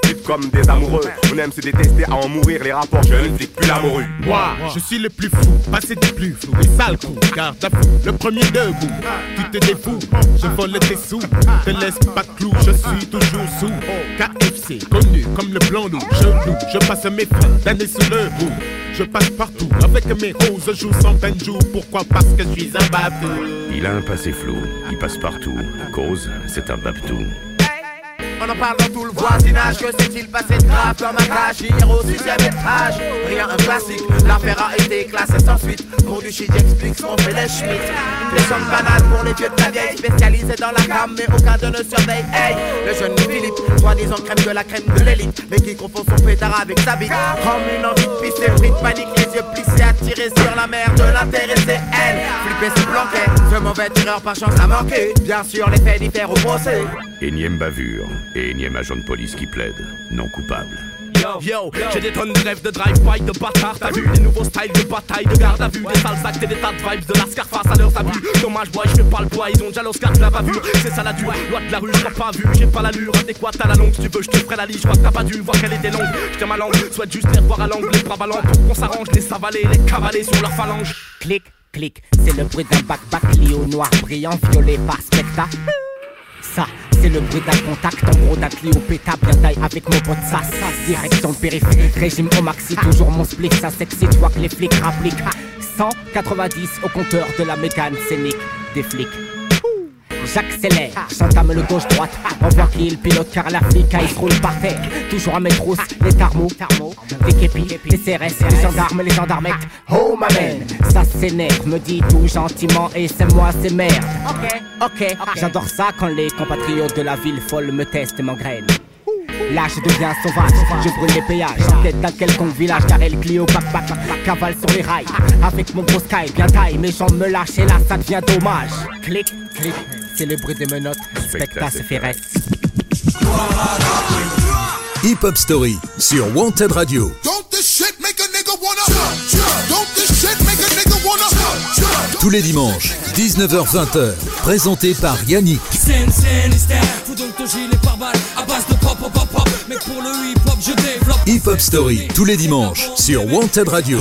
S4: vivre comme des amoureux. On aime se détester à en mourir, les rapports jeunes, c'est plus la morue.
S3: Moi, je suis le plus fou, passé des plus flous, les sales coups, garde à fou, le premier debout. Tu te défoues, je vole tes sous, te laisse pas de clous, je suis toujours sous. KFC, connu comme le blanc loup, je loue, je passe mes fins d'années sous le bout. Je passe partout, avec mes roses, je joue sans peine joue. Pourquoi? Parce que je suis un babou.
S11: Il a un passé flou, il passe partout. Cause, c'est un babtou.
S9: On en parle dans tout le voisinage. Que s'est-il passé de grave dans ma cage hier au 6ème étage? Rien, un classique, l'affaire a été classée sans suite. Pour du shit j'explique ce qu'on fait les schmitts. Des sommes banales pour les vieux de la vieille, spécialisés dans la cam mais aucun de ne surveille. Hey, le jeune Philippe, soi-disant crème de la crème de l'élite, mais qui confond son pétard avec sa bite. Comme une envie de pisser, pris de panique, les yeux plissés, attirés sur la mer de l'intéressé. Elle, flippée se planquait, ce mauvais tireur par chance a manqué. Bien sûr les faits diffèrent au procès.
S11: Énième bavure et énième agent de police qui plaide non coupable.
S5: Yo, j'ai des tonnes de rêves de drive-by, de bâtard. T'as vu les nouveaux styles de bataille, de garde à vue, des sales actes et des tas de vibes de la Scarface à leurs abus. Dommage boy, je fais pas le poids, ils ont déjà l'Oscar de la bavure. C'est ça la dure, loi de la rue, j't'ai pas vu, j'ai pas l'allure adéquate à la longue. Si tu veux, je te ferai la liste, je crois que t'as pas dû voir qu'elle était longue. J'tiens ma langue, souhaite juste les revoir à l'angle, les bras ballants pour qu'on s'arrange, les savaler, les cavaler sur leur phalange.
S10: Clic, clic, c'est le bruit d'un bac Clio noir brillant violé par Specta. Ça, c'est le bruit d'un contact, en gros d'un Clio péta bien taille avec mon pote Sass. Direction périphérique, régime au maxi, toujours mon split, ça s'excite, je vois que les flics rappliquent. 190 au compteur de la mégane scénique des flics. J'accélère, j'entame le gauche-droite, on voit qui est le pilote car la flic il se roule par terre. Toujours à mes trousses, les thermos, les képis, les CRS, les gendarmes et les gendarmettes. Oh ma man, ça s'énerve, me dit tout gentiment et c'est moi c'est merde. Ok, j'adore ça quand les compatriotes de la ville folle me testent et m'engrainent. Là je deviens sauvage, je brûle les péages en tête d'un quelconque village car le Clio pack cavale sur les rails. Avec mon gros sky bien taille, mes jambes me lâchent et là ça devient dommage. Clic, clic, c'est le bruit des menottes, Specta se fait reste.
S1: Hip Hop Story sur Wanted Radio. Tous les dimanches, 19h-20h, présenté par Yannick. Hip Hop Story, tous les dimanches, sur Wanted Radio.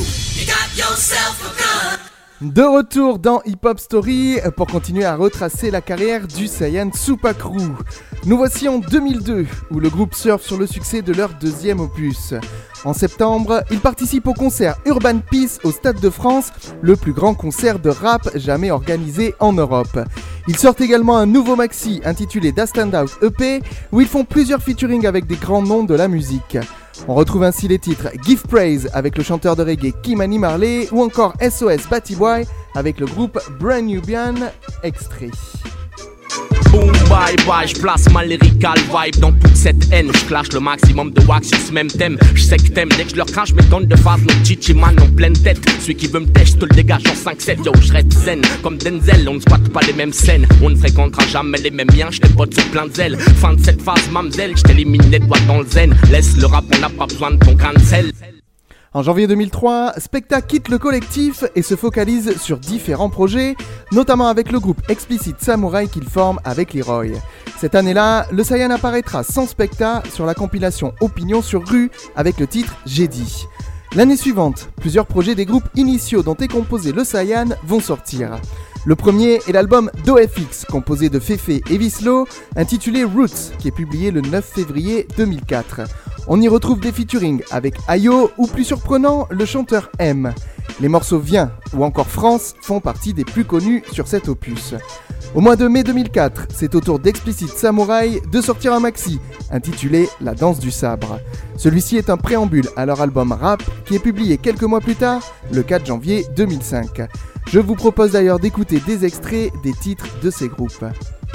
S2: De retour dans Hip Hop Story pour continuer à retracer la carrière du Saiyan Super Crew. Nous voici en 2002 où le groupe surfe sur le succès de leur deuxième opus. En septembre, ils participent au concert Urban Peace au Stade de France, le plus grand concert de rap jamais organisé en Europe. Ils sortent également un nouveau maxi intitulé Da Standout EP où ils font plusieurs featuring avec des grands noms de la musique. On retrouve ainsi les titres Give Praise avec le chanteur de reggae Kimani Marley ou encore SOS Batty Boy avec le groupe Brand Nubian. Extrait.
S5: Boom, bye bye, j'place ma lyrical vibe dans toute cette haine. J'clash le maximum de wax sur ce même thème. J'sais que t'aimes, dès que j'leur crache, m'étonne de phase. Nos chichi man en pleine tête. Celui qui veut me têche, te le dégage en 5-7. Yo, j'reste zen, comme Denzel. On ne squatte pas les mêmes scènes. On ne fréquentera jamais les mêmes liens. J't'ai pote sur plein de zèle. Fin de cette phase, mamzelle. J't'élimine les doigts dans le zen. Laisse le rap, on n'a pas besoin de ton grain de sel.
S2: En janvier 2003, Specta quitte le collectif et se focalise sur différents projets, notamment avec le groupe Explicit Samurai qu'il forme avec Leroy. Cette année-là, le Saiyan apparaîtra sans Specta sur la compilation Opinion sur rue avec le titre J'ai dit. L'année suivante, plusieurs projets des groupes initiaux dont est composé le Saiyan vont sortir. Le premier est l'album d'OFX, composé de Fefe et Vislo, intitulé Roots, qui est publié le 9 février 2004. On y retrouve des featuring avec Ayo ou plus surprenant, le chanteur M. Les morceaux Viens ou encore France font partie des plus connus sur cet opus. Au mois de mai 2004, c'est au tour d'Explicit Samurai de sortir un maxi intitulé La danse du sabre. Celui-ci est un préambule à leur album Rap qui est publié quelques mois plus tard, le 4 janvier 2005. Je vous propose d'ailleurs d'écouter des extraits des titres de ces groupes.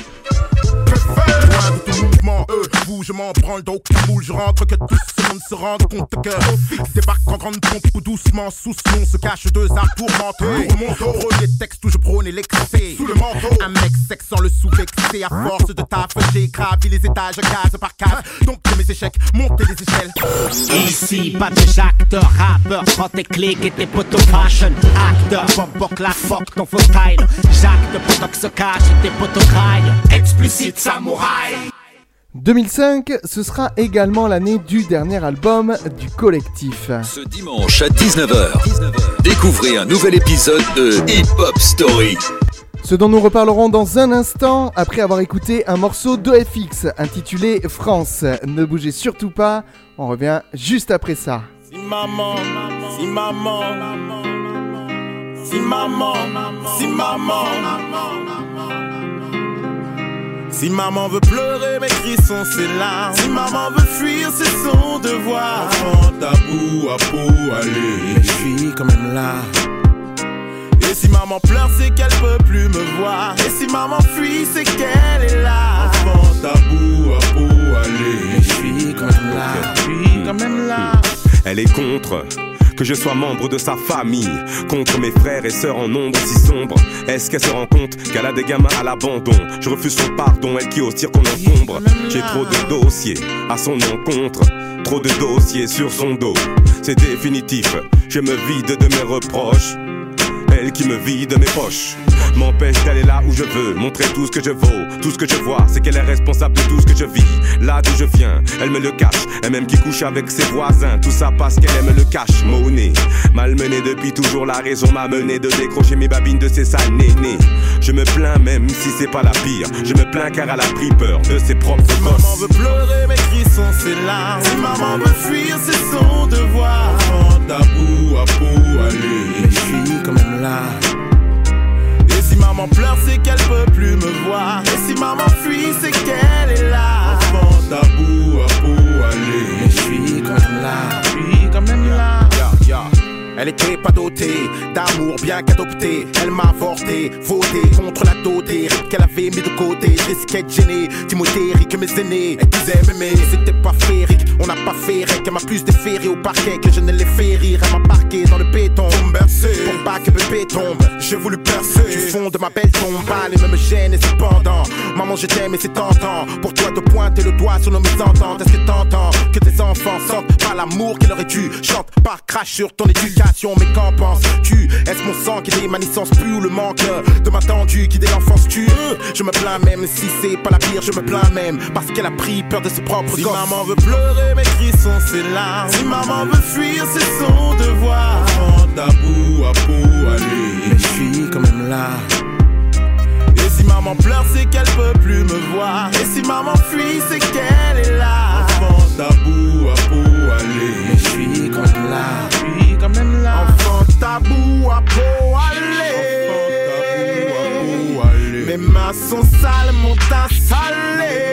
S3: De tout mouvement, vous, je m'en branle donc boule, je rentre que tout ce monde se rende compte que débarque en grande pompe ou doucement sous ce nom se cache deux arts tourmentés. Premier texte où je prône l'excès sous le manteau. Un mec sexe sans le sous-vexer à force de taf, j'ai gravi les étages case par case. Donc de mes échecs, montez les échelles.
S10: Ici, pas de Jacques de rappeur, prends tes clics et tes potos fashion. Acteur, pop la fuck ton faux style. Jacques de potox se cache et tes potos graille. Explicit Samurai.
S2: 2005, ce sera également l'année du dernier album du collectif.
S1: Ce dimanche à 19h, découvrez un nouvel épisode de Hip Hop Story.
S2: Ce dont nous reparlerons dans un instant après avoir écouté un morceau d'OFX intitulé France. Ne bougez surtout pas, on revient juste après ça.
S3: Si maman, si maman, si maman, si maman, si maman veut pleurer, mes cris sont ses larmes. Si maman veut fuir, c'est son devoir. Enfant tabou à peau, allez, mais je suis quand même là. Et si maman pleure, c'est qu'elle peut plus me voir. Et si maman fuit, c'est qu'elle est là. Enfant tabou à peau, allez, mais je suis quand même là. Je suis quand même là.
S4: Elle est contre que je sois membre de sa famille, contre mes frères et sœurs en nombre si sombre. Est-ce qu'elle se rend compte qu'elle a des gamins à l'abandon? Je refuse son pardon, elle qui ose dire qu'on encombre. J'ai trop de dossiers à son encontre, trop de dossiers sur son dos. C'est définitif, je me vide de mes reproches. Elle qui me vide mes poches m'empêche d'aller là où je veux, montrer tout ce que je vaux. Tout ce que je vois, c'est qu'elle est responsable de tout ce que je vis. Là d'où je viens, elle me le cache. Elle même qui couche avec ses voisins, tout ça parce qu'elle aime le cash money. Malmenée depuis toujours, la raison m'a mené de décrocher mes babines de ses sales nénés. Je me plains même si c'est pas la pire. Je me plains car elle a pris peur de ses propres gosses.
S3: Maman veut pleurer, mes cris sont ses larmes. Si maman veut fuir, c'est son devoir. Enfant tabou à peau, allez, mais je suis quand même là. Et si maman pleure, c'est qu'elle peut plus me voir. Et si maman fuit, c'est qu'elle est là. Enfant tabou à peau, allez, mais je suis quand même là. Je suis quand même là. Elle était pas dotée d'amour bien qu'adoptée. Elle m'a avorté, voté contre la dotée. Rick qu'elle avait mis de côté, je risquais de gêner Timothée, Rick et mes aînés. Elle disait mais c'était pas férique. On n'a pas fait rec, elle m'a plus déféré au parquet que je ne l'ai fait rire. Elle m'a parqué dans le béton, pour pas que bébé tombe. J'ai voulu percer du fond de ma belle tombe. Les mêmes gênes et cependant maman je t'aime et c'est tentant pour toi de pointer le doigt sur nos mésentendances. Est-ce que t'entends que tes enfants sentent pas l'amour qu'il aurait dû? Chante par crash sur ton éducation, mais qu'en penses-tu? Est-ce mon sang qui dès ma naissance pue ou le manque de ma tendue qui dès l'enfance tue? Je me plains même si c'est pas la pire, je me plains même parce qu'elle a pris peur de ses propres gosses. Si maman veut pleurer, mes cris sont ses larmes. Si maman veut fuir, c'est son devoir. Enfant tabou à peau, allez, mais je suis quand même là. Et si maman pleure, c'est qu'elle peut plus me voir. Et si maman fuit, c'est qu'elle est là. Enfant tabou à peau, allez, mais je suis quand même là. Je suis quand même là. Enfant tabou à peau, allez. Enfant tabou à peau, allez. Mes mains sont sales, mon teint salé.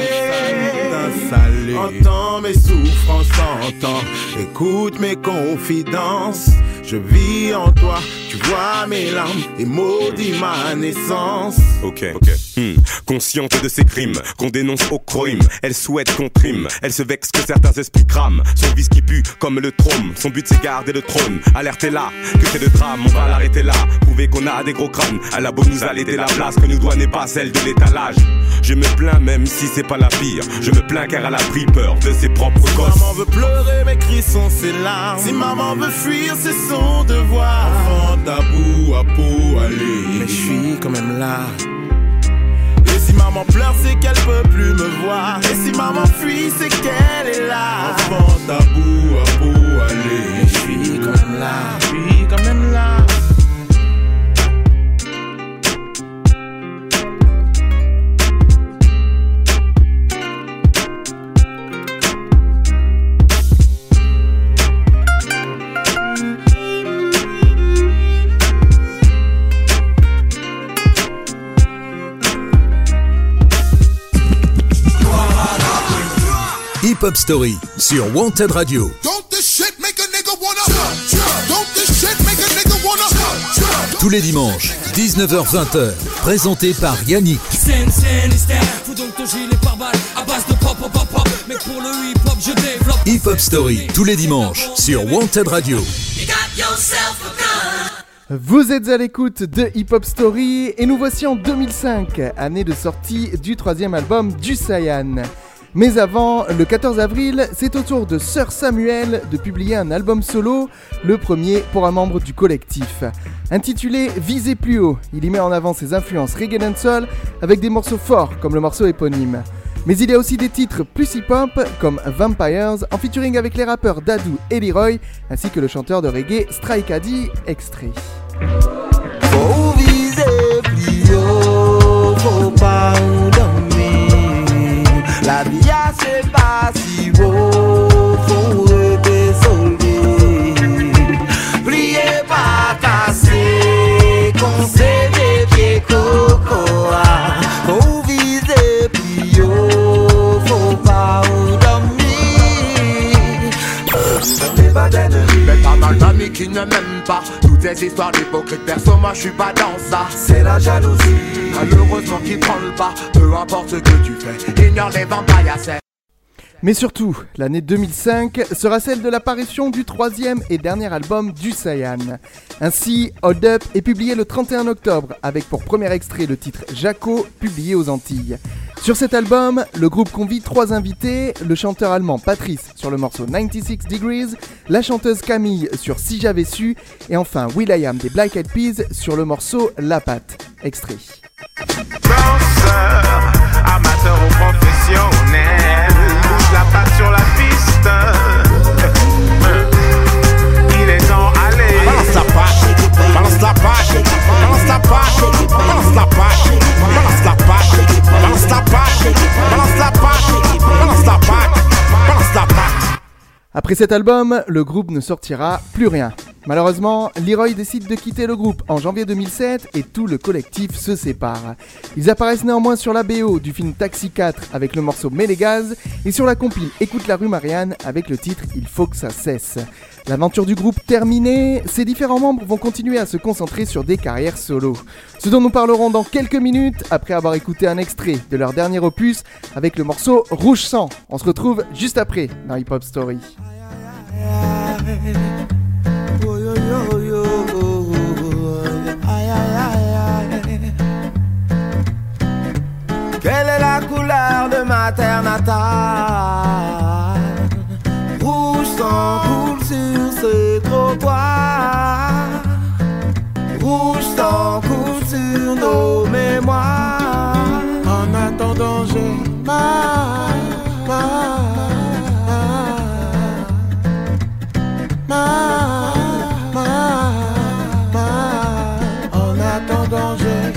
S3: Entends mes souffrances, entends, écoute mes confidences. Je vis en toi, tu vois mes larmes et maudis ma naissance.
S4: Ok. Consciente de ses crimes, qu'on dénonce au crime. Elle souhaite qu'on trime, elle se vexe que certains esprits crament. Son vice qui pue comme le trône, son but c'est garder le trône. Alertez là, que c'est le drame, on va l'arrêter là. Prouver qu'on a des gros crânes, elle a beau nous allaiter la place que nous doit n'est pas celle de l'étalage. Je me plains même si c'est pas la pire. Je me plains car elle a pris peur de ses propres gosses.
S3: Si maman veut pleurer, mes cris sont ses larmes. Si maman veut fuir, c'est son devoir. Enfant tabou à peau, allez, mais je suis quand même là. Et si maman pleure, c'est qu'elle peut plus me voir. Et si maman fuit, c'est qu'elle est là. Enfant tabou à peau, allez, mais je suis quand même là. Je suis quand même là.
S1: Hip Hop Story sur Wanted Radio. Tous les dimanches, 19h-20h, présenté par Yannick. Hip Hop Story, tous les dimanches, sur Wanted Radio.
S2: Vous êtes à l'écoute de Hip Hop Story et nous voici en 2005, année de sortie du troisième album du Saiyan. Mais avant, le 14 avril, c'est au tour de Sir Samuel de publier un album solo, le premier pour un membre du collectif. Intitulé Visez plus haut, il y met en avant ses influences reggae dancehall avec des morceaux forts comme le morceau éponyme. Mais il y a aussi des titres plus hip-hop comme Vampires en featuring avec les rappeurs Dadou et Leroy ainsi que le chanteur de reggae Strike Addy, extrait.
S9: Faut viser plus haut, faut pas dormir. La vie c'est pas si beau, faut rester soldé. Pliez pas casser, qu'on s'est des pieds coco. Faut viser plus haut, faut pas dormir. C'est pas d'ennemis, mais pas mal d'amis qui ne m'aiment pas. Toutes ces histoires d'hypocrites, perso moi je suis pas dans ça. C'est la jalousie, malheureusement qui prend le pas. Peu importe ce que tu fais, ignore les vampires.
S2: Mais surtout, l'année 2005 sera celle de l'apparition du 3e et dernier album du Saiyan. Ainsi, Hold Up est publié le 31 octobre avec pour premier extrait le titre Jaco, publié aux Antilles. Sur cet album, le groupe convie 3 invités, le chanteur allemand Patrice sur le morceau 96 Degrees, la chanteuse Camille sur Si j'avais su, et enfin will.i.am des Black Eyed Peas sur le morceau La Patte. Extrait.
S12: Danseur, amateur ou professionnel, bouge la patte sur la piste. Il est temps, allez. Balance la patte, balance la patte, balance la patte, balance la patte, balance la patte, balance la patte, balance la patte, balance la patte, balance la patte.
S2: Après cet album, le groupe ne sortira plus rien. Malheureusement, Leroy décide de quitter le groupe en janvier 2007 et tout le collectif se sépare. Ils apparaissent néanmoins sur la BO du film Taxi 4 avec le morceau Mets les gaz et sur la compile Écoute la rue Marianne avec le titre Il faut que ça cesse. L'aventure du groupe terminée, ses différents membres vont continuer à se concentrer sur des carrières solo. Ce dont nous parlerons dans quelques minutes après avoir écouté un extrait de leur dernier opus avec le morceau Rouge Sang. On se retrouve juste après dans Hip Hop Story.
S9: Quelle est la couleur de ma terre natale? Rouge sang coule sur ce trottoir. Rouge sang coule sur nos mémoires. En attendant j'ai mal. En attendant j'ai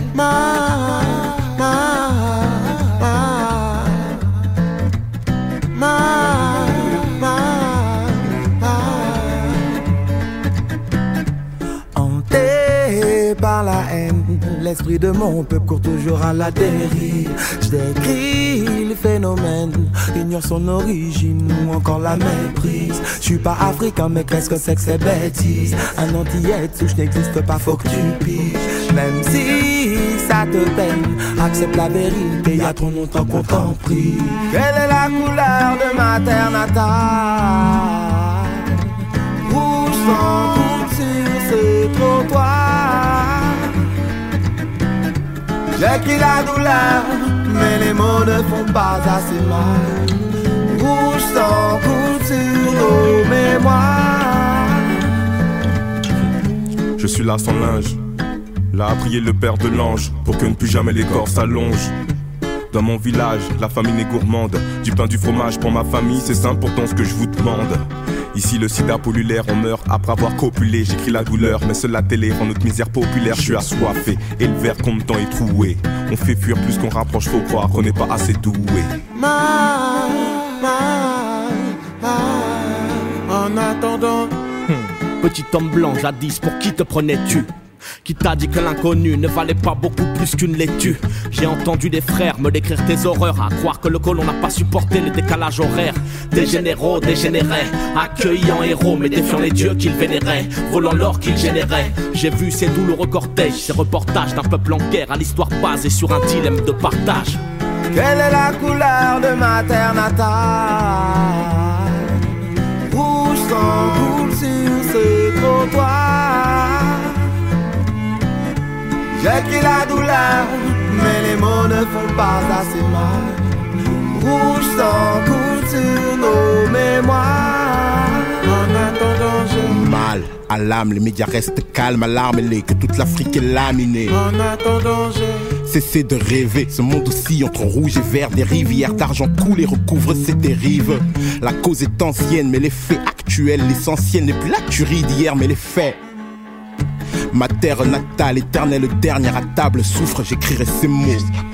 S9: hanté par la haine, l'esprit de mon peuple court toujours à la dérive. Je décris le phénomène, ignore son origine ou encore la méprise. Je suis pas africain mais qu'est-ce que c'est que ces bêtises? Un antillais de souche n'existe pas, faut que tu piges. Même si ça te peine, accepte la vérité, y'a trop longtemps qu'on t'en prie. Quelle est la couleur de ma terre natale? Rouge sang coule sur ce trottoir. J'écris la douleur, mais les mots ne font pas assez mal. Rouge sang coule sur nos mémoires.
S4: Je suis là sans linge, là a prié le père de l'ange pour que ne plus jamais les corps s'allongent. Dans mon village, la famine est gourmande. Du pain, du fromage pour ma famille, c'est simple pourtant ce que je vous demande. Ici le sida pollulaire, on meurt après avoir copulé. J'écris la douleur, mais seule la télé rend notre misère populaire. Je suis assoiffé, et le verre compte temps est troué. On fait fuir plus qu'on rapproche, faut croire qu'on n'est pas assez doué.
S9: En attendant
S5: Petit homme blanc jadis, pour qui te prenais-tu? Qui t'a dit que l'inconnu ne valait pas beaucoup plus qu'une laitue? J'ai entendu des frères me décrire tes horreurs, à croire que le colon n'a pas supporté le décalage horaire. Des généraux dégénéraient, accueillant héros mais défiant les dieux qu'ils vénéraient, volant l'or qu'ils généraient. J'ai vu ces douloureux cortèges, ces reportages d'un peuple en guerre à l'histoire basée sur un dilemme de partage.
S9: Quelle est la couleur de ma terre natale? Rouge sang coule sur ce trottoir. J'écris la douleur, mais les mots ne font pas assez mal. Rouge sang coule sur nos mémoires. En attendant j'ai
S12: mal à l'âme, les médias restent calmes, alarmés, que toute l'Afrique est laminée.
S9: En attendant j'ai
S13: cesser de rêver. Ce monde aussi entre rouge et vert, des rivières d'argent coulent et recouvrent ces dérives. La cause est ancienne mais les faits actuels, l'essentiel n'est plus la tuerie d'hier mais les faits. Ma terre natale, éternelle dernière à table, souffre, j'écrirai ces mots.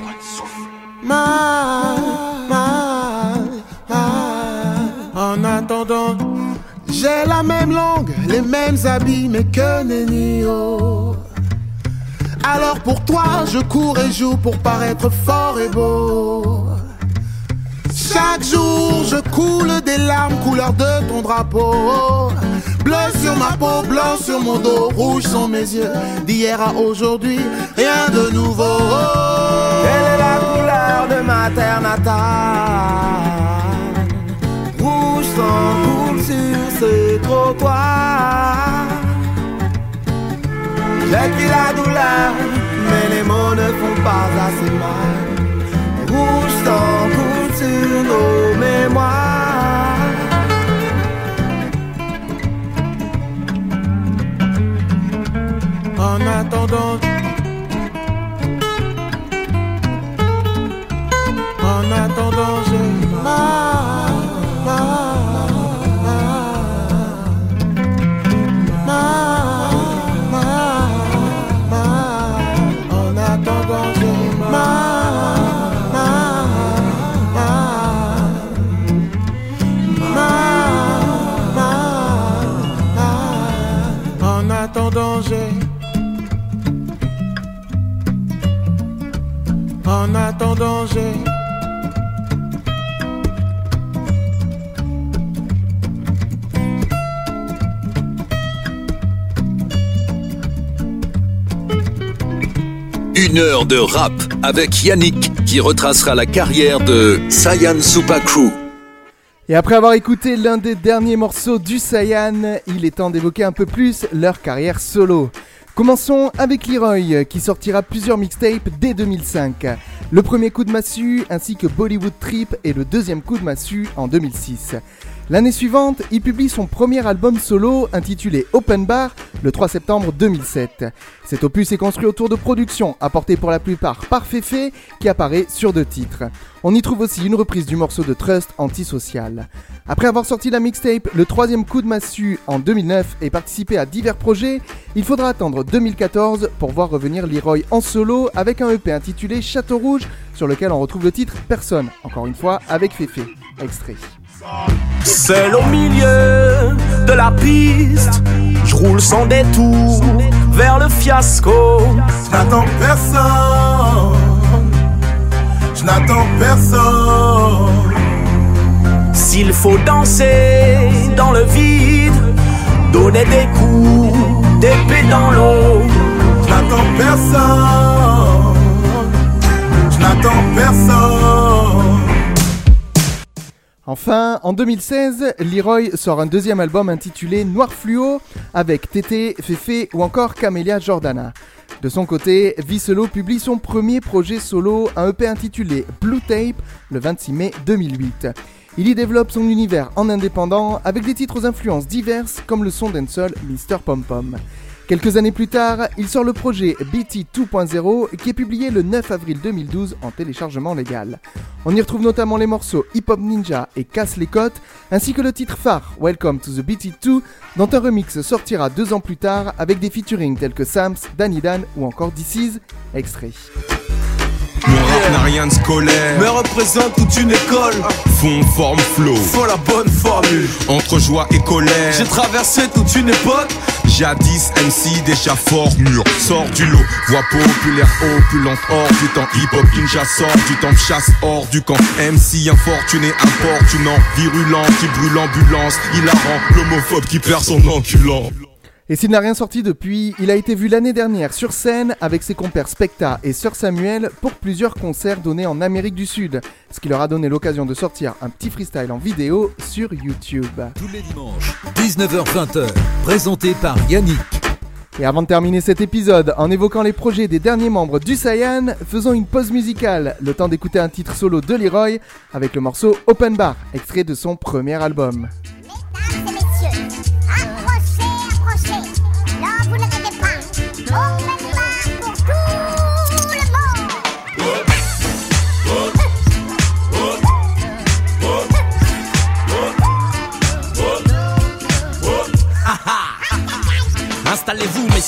S9: En attendant, j'ai la même langue, les mêmes habits, mais que nenio. Alors pour toi, je cours et joue pour paraître fort et beau. Chaque jour, je coule des larmes couleur de ton drapeau. Bleu sur ma peau, blanc sur mon dos, rouge sont mes yeux. D'hier à aujourd'hui, rien de nouveau. Quelle est la couleur de ma terre natale? Rouge sang coule sur ces trottoirs. J'ai la douleur, mais les mots ne font pas assez mal. Rouge sang coule sur nos mémoires. En attendant, j'ai en attendant, j'ai
S1: Une heure de rap avec Yannick qui retracera la carrière de Saiyan Super Crew.
S2: Et après avoir écouté l'un des derniers morceaux du Saiyan, il est temps d'évoquer un peu plus leur carrière solo. Commençons avec Leroy qui sortira plusieurs mixtapes dès 2005. Le premier coup de massue ainsi que Bollywood Trip et le deuxième coup de massue en 2006. L'année suivante, il publie son premier album solo intitulé Open Bar le 3 septembre 2007. Cet opus est construit autour de productions apportées pour la plupart par Féfé qui apparaît sur 2 titres. On y trouve aussi une reprise du morceau de Trust Antisocial. Après avoir sorti la mixtape Le troisième coup de massue en 2009 et participé à divers projets, il faudra attendre 2014 pour voir revenir Leroy en solo avec un EP intitulé Château Rouge sur lequel on retrouve le titre Personne, encore une fois avec Féfé. Extrait.
S14: Seul au milieu de la piste, je roule sans détour vers le fiasco.
S9: Je n'attends personne, je n'attends personne.
S14: S'il faut danser dans le vide, donner des coups d'épée dans l'eau.
S9: Je n'attends personne, je n'attends personne.
S2: Enfin, en 2016, Leroy sort un deuxième album intitulé Noir Fluo avec Tété, Féfé ou encore Camélia Jordana. De son côté, Vicelo publie son premier projet solo, un EP intitulé Blue Tape, le 26 mai 2008. Il y développe son univers en indépendant avec des titres aux influences diverses comme le son dancehall Mr Pom Pom. Quelques années plus tard, il sort le projet BT 2.0 qui est publié le 9 avril 2012 en téléchargement légal. On y retrouve notamment les morceaux Hip Hop Ninja et Casse les côtes, ainsi que le titre phare Welcome to the BT 2, dont un remix sortira 2 ans plus tard avec des featurings tels que Sams, Danny Dan ou encore DC's. Extrait.
S13: Mon rap n'a rien de scolaire,
S8: mais représente toute une école.
S13: Fond, forme, flow,
S8: faut la bonne formule.
S13: Entre joie et colère,
S8: j'ai traversé toute une époque.
S13: Jadis MC déjà fort mûr, sort du lot, voix populaire opulente hors du temps. Hip-hop ninja sort du temps, chasse hors du camp. MC infortuné, importunant, virulent, qui brûle l'ambulance, hilarant, l'homophobe qui perd son enculant.
S2: Et s'il n'a rien sorti depuis, il a été vu l'année dernière sur scène avec ses compères Specta et Sœur Samuel pour plusieurs concerts donnés en Amérique du Sud, ce qui leur a donné l'occasion de sortir un petit freestyle en vidéo sur YouTube.
S1: Tous les dimanches, 19h-20h, présenté par Yannick.
S2: Et avant de terminer cet épisode, en évoquant les projets des derniers membres du Saiyan, faisons une pause musicale, le temps d'écouter un titre solo de Leroy avec le morceau Open Bar, extrait de son premier album.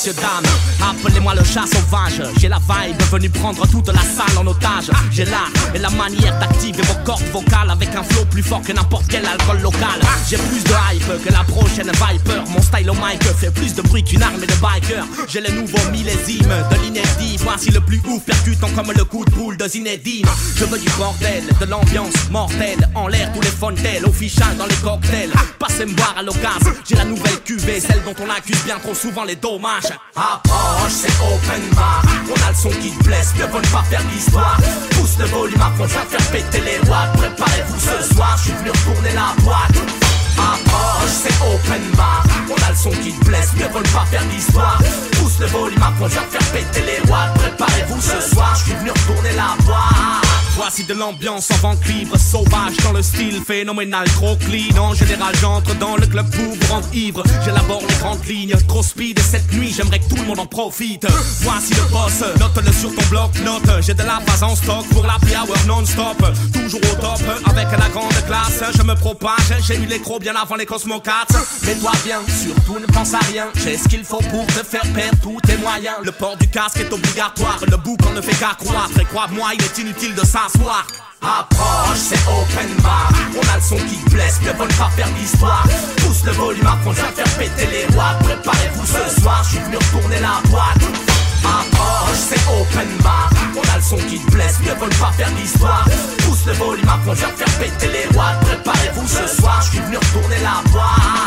S7: messieurs, dames. Appelez-moi le chat sauvage. J'ai la vibe venue prendre toute la salle en otage. J'ai l'art et la manière d'activer vos cordes vocales avec un flow plus fort que n'importe quel alcool local. J'ai plus de hype que la prochaine Viper. Mon style au mic fait plus de bruit qu'une armée de bikers. J'ai le nouveau millésime de l'inédit. Voici le plus ouf percutant comme le coup de boule de Zinedine. Je veux du bordel, de l'ambiance mortelle. En l'air tous les fontaines, au fichage dans les cocktails. Passez me voir à l'occasion, j'ai la nouvelle cuvée, celle dont on accuse bien trop souvent les dommages. Approche, c'est open bar. On a le son qui te blesse, mieux vaut ne pas faire d'histoire. Pousse le volume à fond, je vais faire péter les watts. Préparez-vous ce soir, je suis venu retourner la boîte. Approche, c'est open bar. On a le son qui te blesse, mieux vaut ne pas faire d'histoire. Pousse le volume à fond, je vais faire péter les watts. Préparez-vous ce soir, je suis venu retourner la boîte. Voici de l'ambiance en vent cuivre sauvage dans le style phénoménal, trop clean. En général j'entre dans le club pour vous rendre ivre. J'élabore les grandes lignes, trop speed. Et cette nuit j'aimerais que tout le monde en profite. Voici le boss, note-le sur ton bloc-note. J'ai de la base en stock pour la power non-stop. Toujours au top, avec la grande classe. Je me propage, j'ai eu l'écro bien avant les Cosmocats. Mets-toi bien, surtout ne pense à rien. J'ai ce qu'il faut pour te faire perdre tous tes moyens. Le port du casque est obligatoire, le boucan ne fait qu'accroître. Et crois-moi, il est inutile de s'asseoir. Approche, c'est open bar. On a le son qui te blesse, ne veulent pas faire d'histoire. Pousse le volume à fond, je vais faire péter les watts. Préparez-vous ce soir, je suis venu retourner la boîte. Approche, c'est open bar. On a le son qui te blesse, ne veulent pas faire d'histoire. Pousse le volume à fond, je vais faire péter les watts. Préparez-vous ce soir, je suis venu retourner la boîte.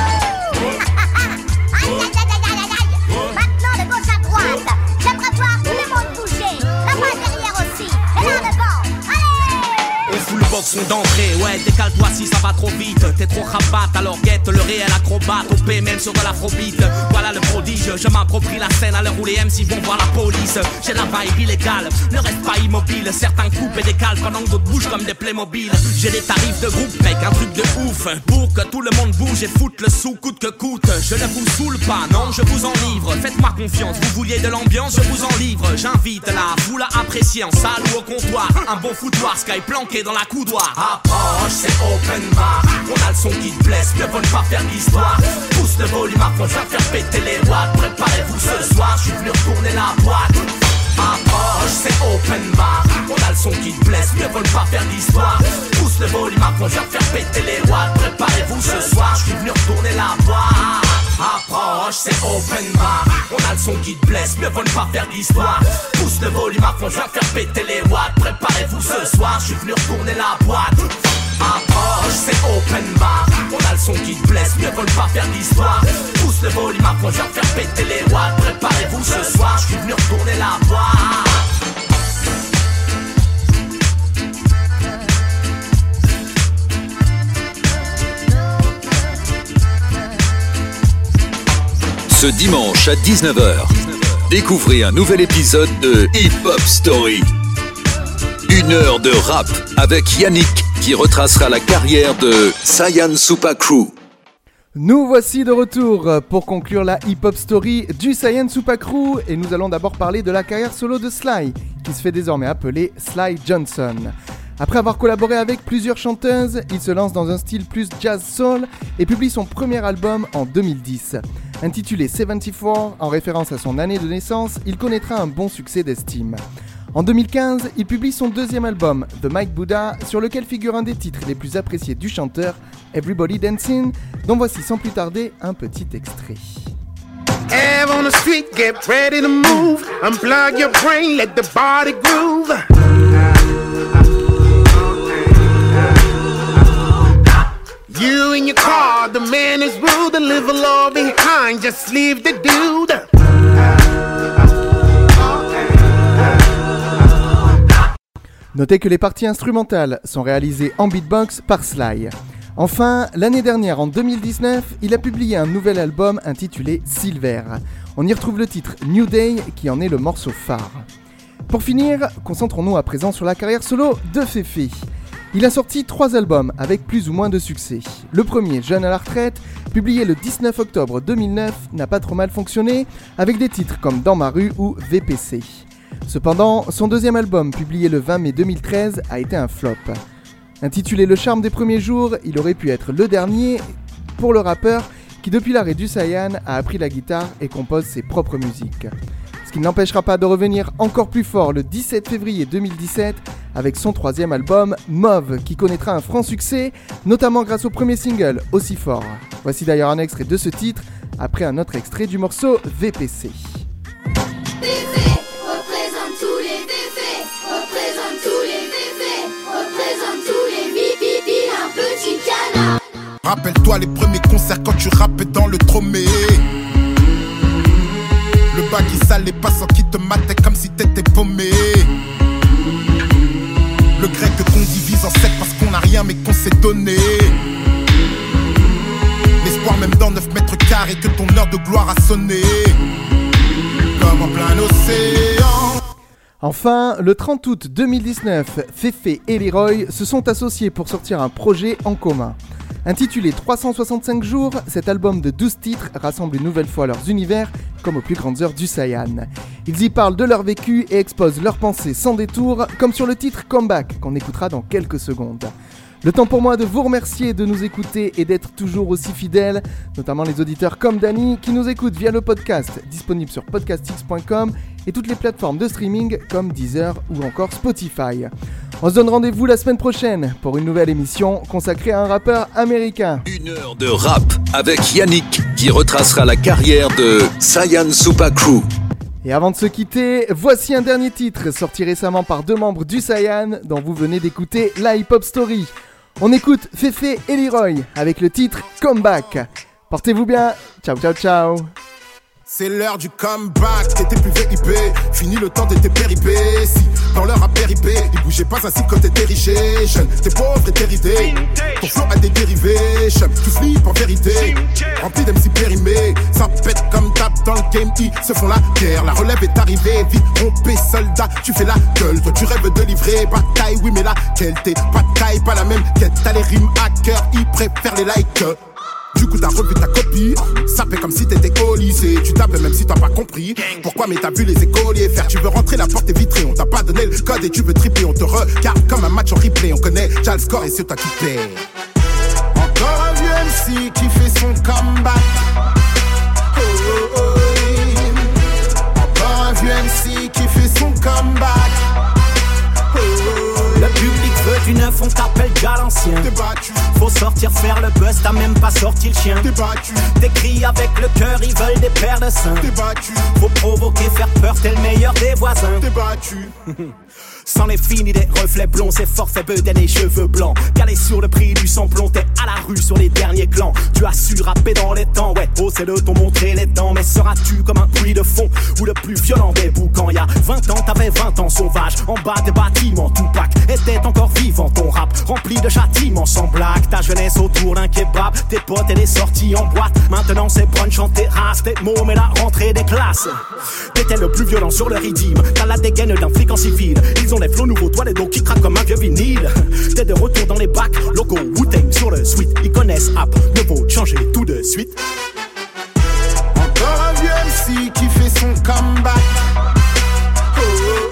S15: Maintenant de gauche à droite, j'aimerais voir tout le monde bouger. La main derrière aussi, et là devant. Allez!
S7: Et full box sont d'entrée, ouais, décale-toi si ça va trop vite. T'es trop rabat, alors guette le réel acrobate. OP même sur de l'afrobeat, voilà le prodige. Je m'approprie la scène à l'heure où les MC vont voir la police. J'ai la vibe illégale, ne reste pas immobile. Certains coupent et décalent pendant que d'autres bougent comme des Playmobil. J'ai des tarifs de groupe, mec, un truc de ouf. Pour que tout le monde bouge et foute le sou coûte que coûte. Je ne vous saoule pas, non, je vous enivre. Faites-moi confiance, vous vouliez de l'ambiance, je vous en livre. J'invite la foule à apprécier en salle ou au comptoir. Un bon foutoir, Sky planqué dans la coudoir. Approche, c'est open bar. On a le son qui te blesse, mieux vaut ne pas faire d'histoire. Pousse le volume à fond, je vais faire péter les watts. Préparez-vous ce soir, je suis venu retourner la boîte. Approche, c'est open bar. On a le son qui te blesse, mieux vaut ne pas faire d'histoire. Pousse le volume à fond, je vais faire péter les watts. Préparez-vous ce soir, je suis venu retourner la boîte. Approche, c'est open bar. On a le son qui te blesse, mieux vaut ne pas faire d'histoire. Pousse le volume à fond, je vais faire péter les watts. Préparez-vous ce soir, je suis venu retourner la boîte. Approche, c'est open bar. On a le son qui te blesse, mieux vaut ne pas faire d'histoire. Pousse le volume à fond, je vais faire péter les watts. Préparez-vous ce soir, je suis venu retourner la boîte.
S1: Ce dimanche à 19h, découvrez un nouvel épisode de Hip Hop Story. 1 heure de rap avec Yannick qui retracera la carrière de Saiyan Supa Crew.
S2: Nous voici de retour pour conclure la Hip Hop Story du Saiyan Supa Crew et nous allons d'abord parler de la carrière solo de Sly, qui se fait désormais appeler Sly Johnson. Après avoir collaboré avec plusieurs chanteuses, il se lance dans un style plus jazz soul et publie son premier album en 2010. Intitulé 74, en référence à son année de naissance, il connaîtra un bon succès d'estime. En 2015, il publie son deuxième album, The Mike Buddha, sur lequel figure un des titres les plus appréciés du chanteur, Everybody Dancing, dont voici sans plus tarder un petit extrait.
S12: Air on the street, get ready to move. Unplug your brain, let the body groove. You in your car, the man is rude, and live alone behind, just leave the dude.
S2: Notez que les parties instrumentales sont réalisées en beatbox par Sly. Enfin, l'année dernière, en 2019, il a publié un nouvel album intitulé Silver. On y retrouve le titre New Day qui en est le morceau phare. Pour finir, concentrons-nous à présent sur la carrière solo de Féfé. Il a sorti 3 albums avec plus ou moins de succès. Le premier, Jeune à la retraite, publié le 19 octobre 2009, n'a pas trop mal fonctionné, avec des titres comme Dans ma rue ou VPC. Cependant, son deuxième album, publié le 20 mai 2013, a été un flop. Intitulé Le charme des premiers jours, il aurait pu être le dernier pour le rappeur qui depuis l'arrêt du Saiyan a appris la guitare et compose ses propres musiques. Ce qui ne l'empêchera pas de revenir encore plus fort le 17 février 2017 avec son 3e album Mauve qui connaîtra un franc succès, notamment grâce au premier single Aussi Fort. Voici d'ailleurs un extrait de ce titre après un autre extrait du morceau VPC.
S16: Rappelle-toi les premiers concerts quand tu rappais dans le tromé. Le bac il salait pas sans qui te matait comme si t'étais paumé. Le grec qu'on divise en 7 parce qu'on a rien mais qu'on s'est donné. L'espoir même dans 9 mètres carrés que ton heure de gloire a sonné. Comme en plein océan.
S2: Enfin, le 30 août 2019, Féfé et Leroy se sont associés pour sortir un projet en commun. Intitulé 365 jours, cet album de 12 titres rassemble une nouvelle fois leurs univers comme aux plus grandes heures du Saiyan. Ils y parlent de leur vécu et exposent leurs pensées sans détour, comme sur le titre Comeback qu'on écoutera dans quelques secondes. Le temps pour moi de vous remercier de nous écouter et d'être toujours aussi fidèles, notamment les auditeurs comme Dany qui nous écoutent via le podcast disponible sur podcastx.com et toutes les plateformes de streaming comme Deezer ou encore Spotify. On se donne rendez-vous la semaine prochaine pour une nouvelle émission consacrée à un rappeur américain.
S1: Une heure de rap avec Yannick qui retracera la carrière de Saiyan Super Crew.
S2: Et avant de se quitter, voici un dernier titre sorti récemment par 2 membres du Saiyan dont vous venez d'écouter la hip-hop story. On écoute Féfé et Leroy avec le titre Comeback. Portez-vous bien, ciao ciao ciao.
S16: C'est l'heure du comeback, t'étais plus VIP, fini le temps de tes péripéties. Dans l'heure à péripé, il bougeait pas ainsi quand t'étais riche et jeune. T'es pauvre et t'es ridé, ton flow a des dérivés. Tu flippes en vérité, rempli d'MC périmés. Ça pète comme tape dans le game, ils se font la guerre. La relève est arrivée, vite rompé soldat, tu fais la gueule. Toi tu rêves de livrer, bataille, oui mais laquelle t'es pas de taille, pas la même quête. T'as les rimes à cœur, ils préfèrent les likes. Du coup t'as revu ta copie, ça fait comme si t'étais au lycée. Tu tapes même si t'as pas compris pourquoi, mais t'as vu les écoliers faire. Tu veux rentrer, la porte est vitrée, on t'a pas donné le code et tu veux tripler. On te regarde comme un match en replay, on connaît déjà le score et c'est toi qui paie. Encore un vieux MC qui fait son comeback. Oh, oh, oh. Encore un vieux MC qui fait son comeback. Oh, oh.
S7: Le public veut du neuf, on t'appelle déjà l'ancien.
S16: T'es battu.
S7: Faut sortir faire le buzz, t'as même pas sorti le chien.
S16: T'es battu.
S7: T'écris avec le cœur, ils veulent des paires de seins.
S16: T'es battu.
S7: Faut provoquer, faire peur, t'es le meilleur des voisins.
S16: T'es battu.
S7: Sans les filles ni des reflets blonds, c'est forfait bedaine et cheveux blancs. Calé sur le prix du samplon, t'es à la rue sur les derniers clans. Tu as su rapper dans les temps, ouais, oh c'est de t'en montrer les dents. Mais seras-tu comme un bruit de fond ou le plus violent des boucans? Y'a 20 ans, t'avais 20 ans sauvage, en bas des bâtiments Tupac était encore vivant, ton rap rempli de châtiments sans blague. Ta jeunesse autour d'un kebab, tes potes et les sorties en boîte. Maintenant c'est brunch en terrasse, tes mots mais la rentrée des classes. T'étais le plus violent sur le rythme, t'as la dégaine d'un flic en civil. Ils ont les flots nouveaux, toi les dos qui craquent comme un vieux vinyle. T'es de retour dans les bacs, logo Wu-Tang sur le suite. Ils connaissent app, mieux vaut changer tout de suite.
S16: Encore un vieux MC qui fait son comeback. Oh, oh,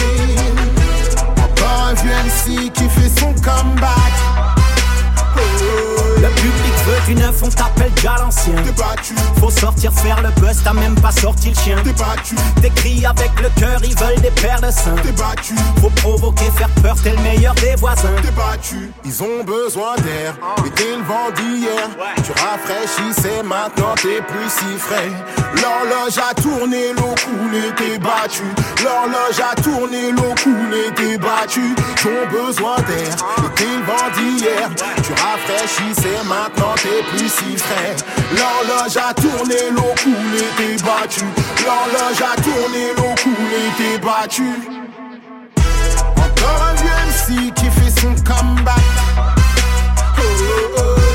S16: oh. Encore un vieux MC qui fait son comeback. Oh, oh.
S7: Le public veut du neuf, on t'appelle déjà l'ancien.
S16: T'es battu.
S7: Faut sortir faire le buzz, t'as même pas sorti le chien.
S16: T'es battu.
S7: T'écris avec le cœur, ils veulent des paires de seins.
S16: T'es battu.
S7: Faut provoquer, faire peur, t'es le meilleur des voisins.
S16: T'es battu. Ils ont besoin d'air, mais t'es le vent d'hier. Tu rafraîchissais, maintenant t'es plus si frais. L'horloge a tourné, l'eau coulée, t'es battu. L'horloge a tourné, l'eau coulée, t'es battu. Ils ont besoin d'air, mais t'es le vent d'hier. Tu rafraîchissais, maintenant t'es plus si frais. L'horloge a tourné, l'eau coulée, t'es battu. L'horloge a tourné, l'eau coulée, t'es battu. Encore un vieux MC qui fait son comeback. Oh, oh,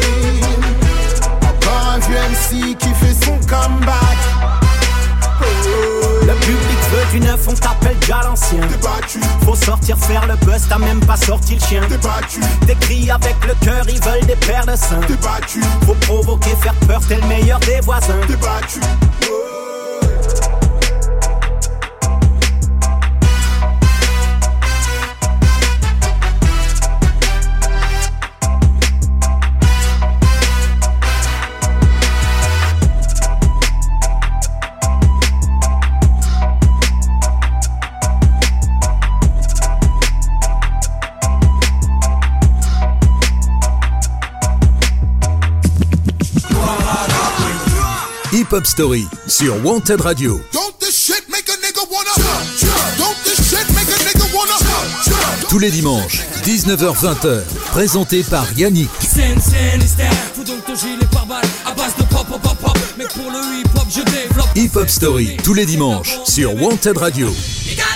S16: oh. Encore un vieux MC qui fait son comeback. Oh, oh.
S7: Le public veut du neuf, on t'appelle déjà l'ancien.
S16: T'es battu.
S7: Faut sortir faire le buzz, t'as même pas sorti le chien.
S16: T'es battu.
S7: T'écris avec le cœur, ils veulent des paires de seins.
S16: T'es battu.
S7: Faut provoquer, faire peur, t'es le meilleur des voisins.
S16: T'es battu. Oh.
S1: Hip Hop Story sur Wanted Radio. Tous les dimanches, 19h-20h, présenté par Yannick. Hip Hop Story, tous les dimanches, sur Wanted Radio.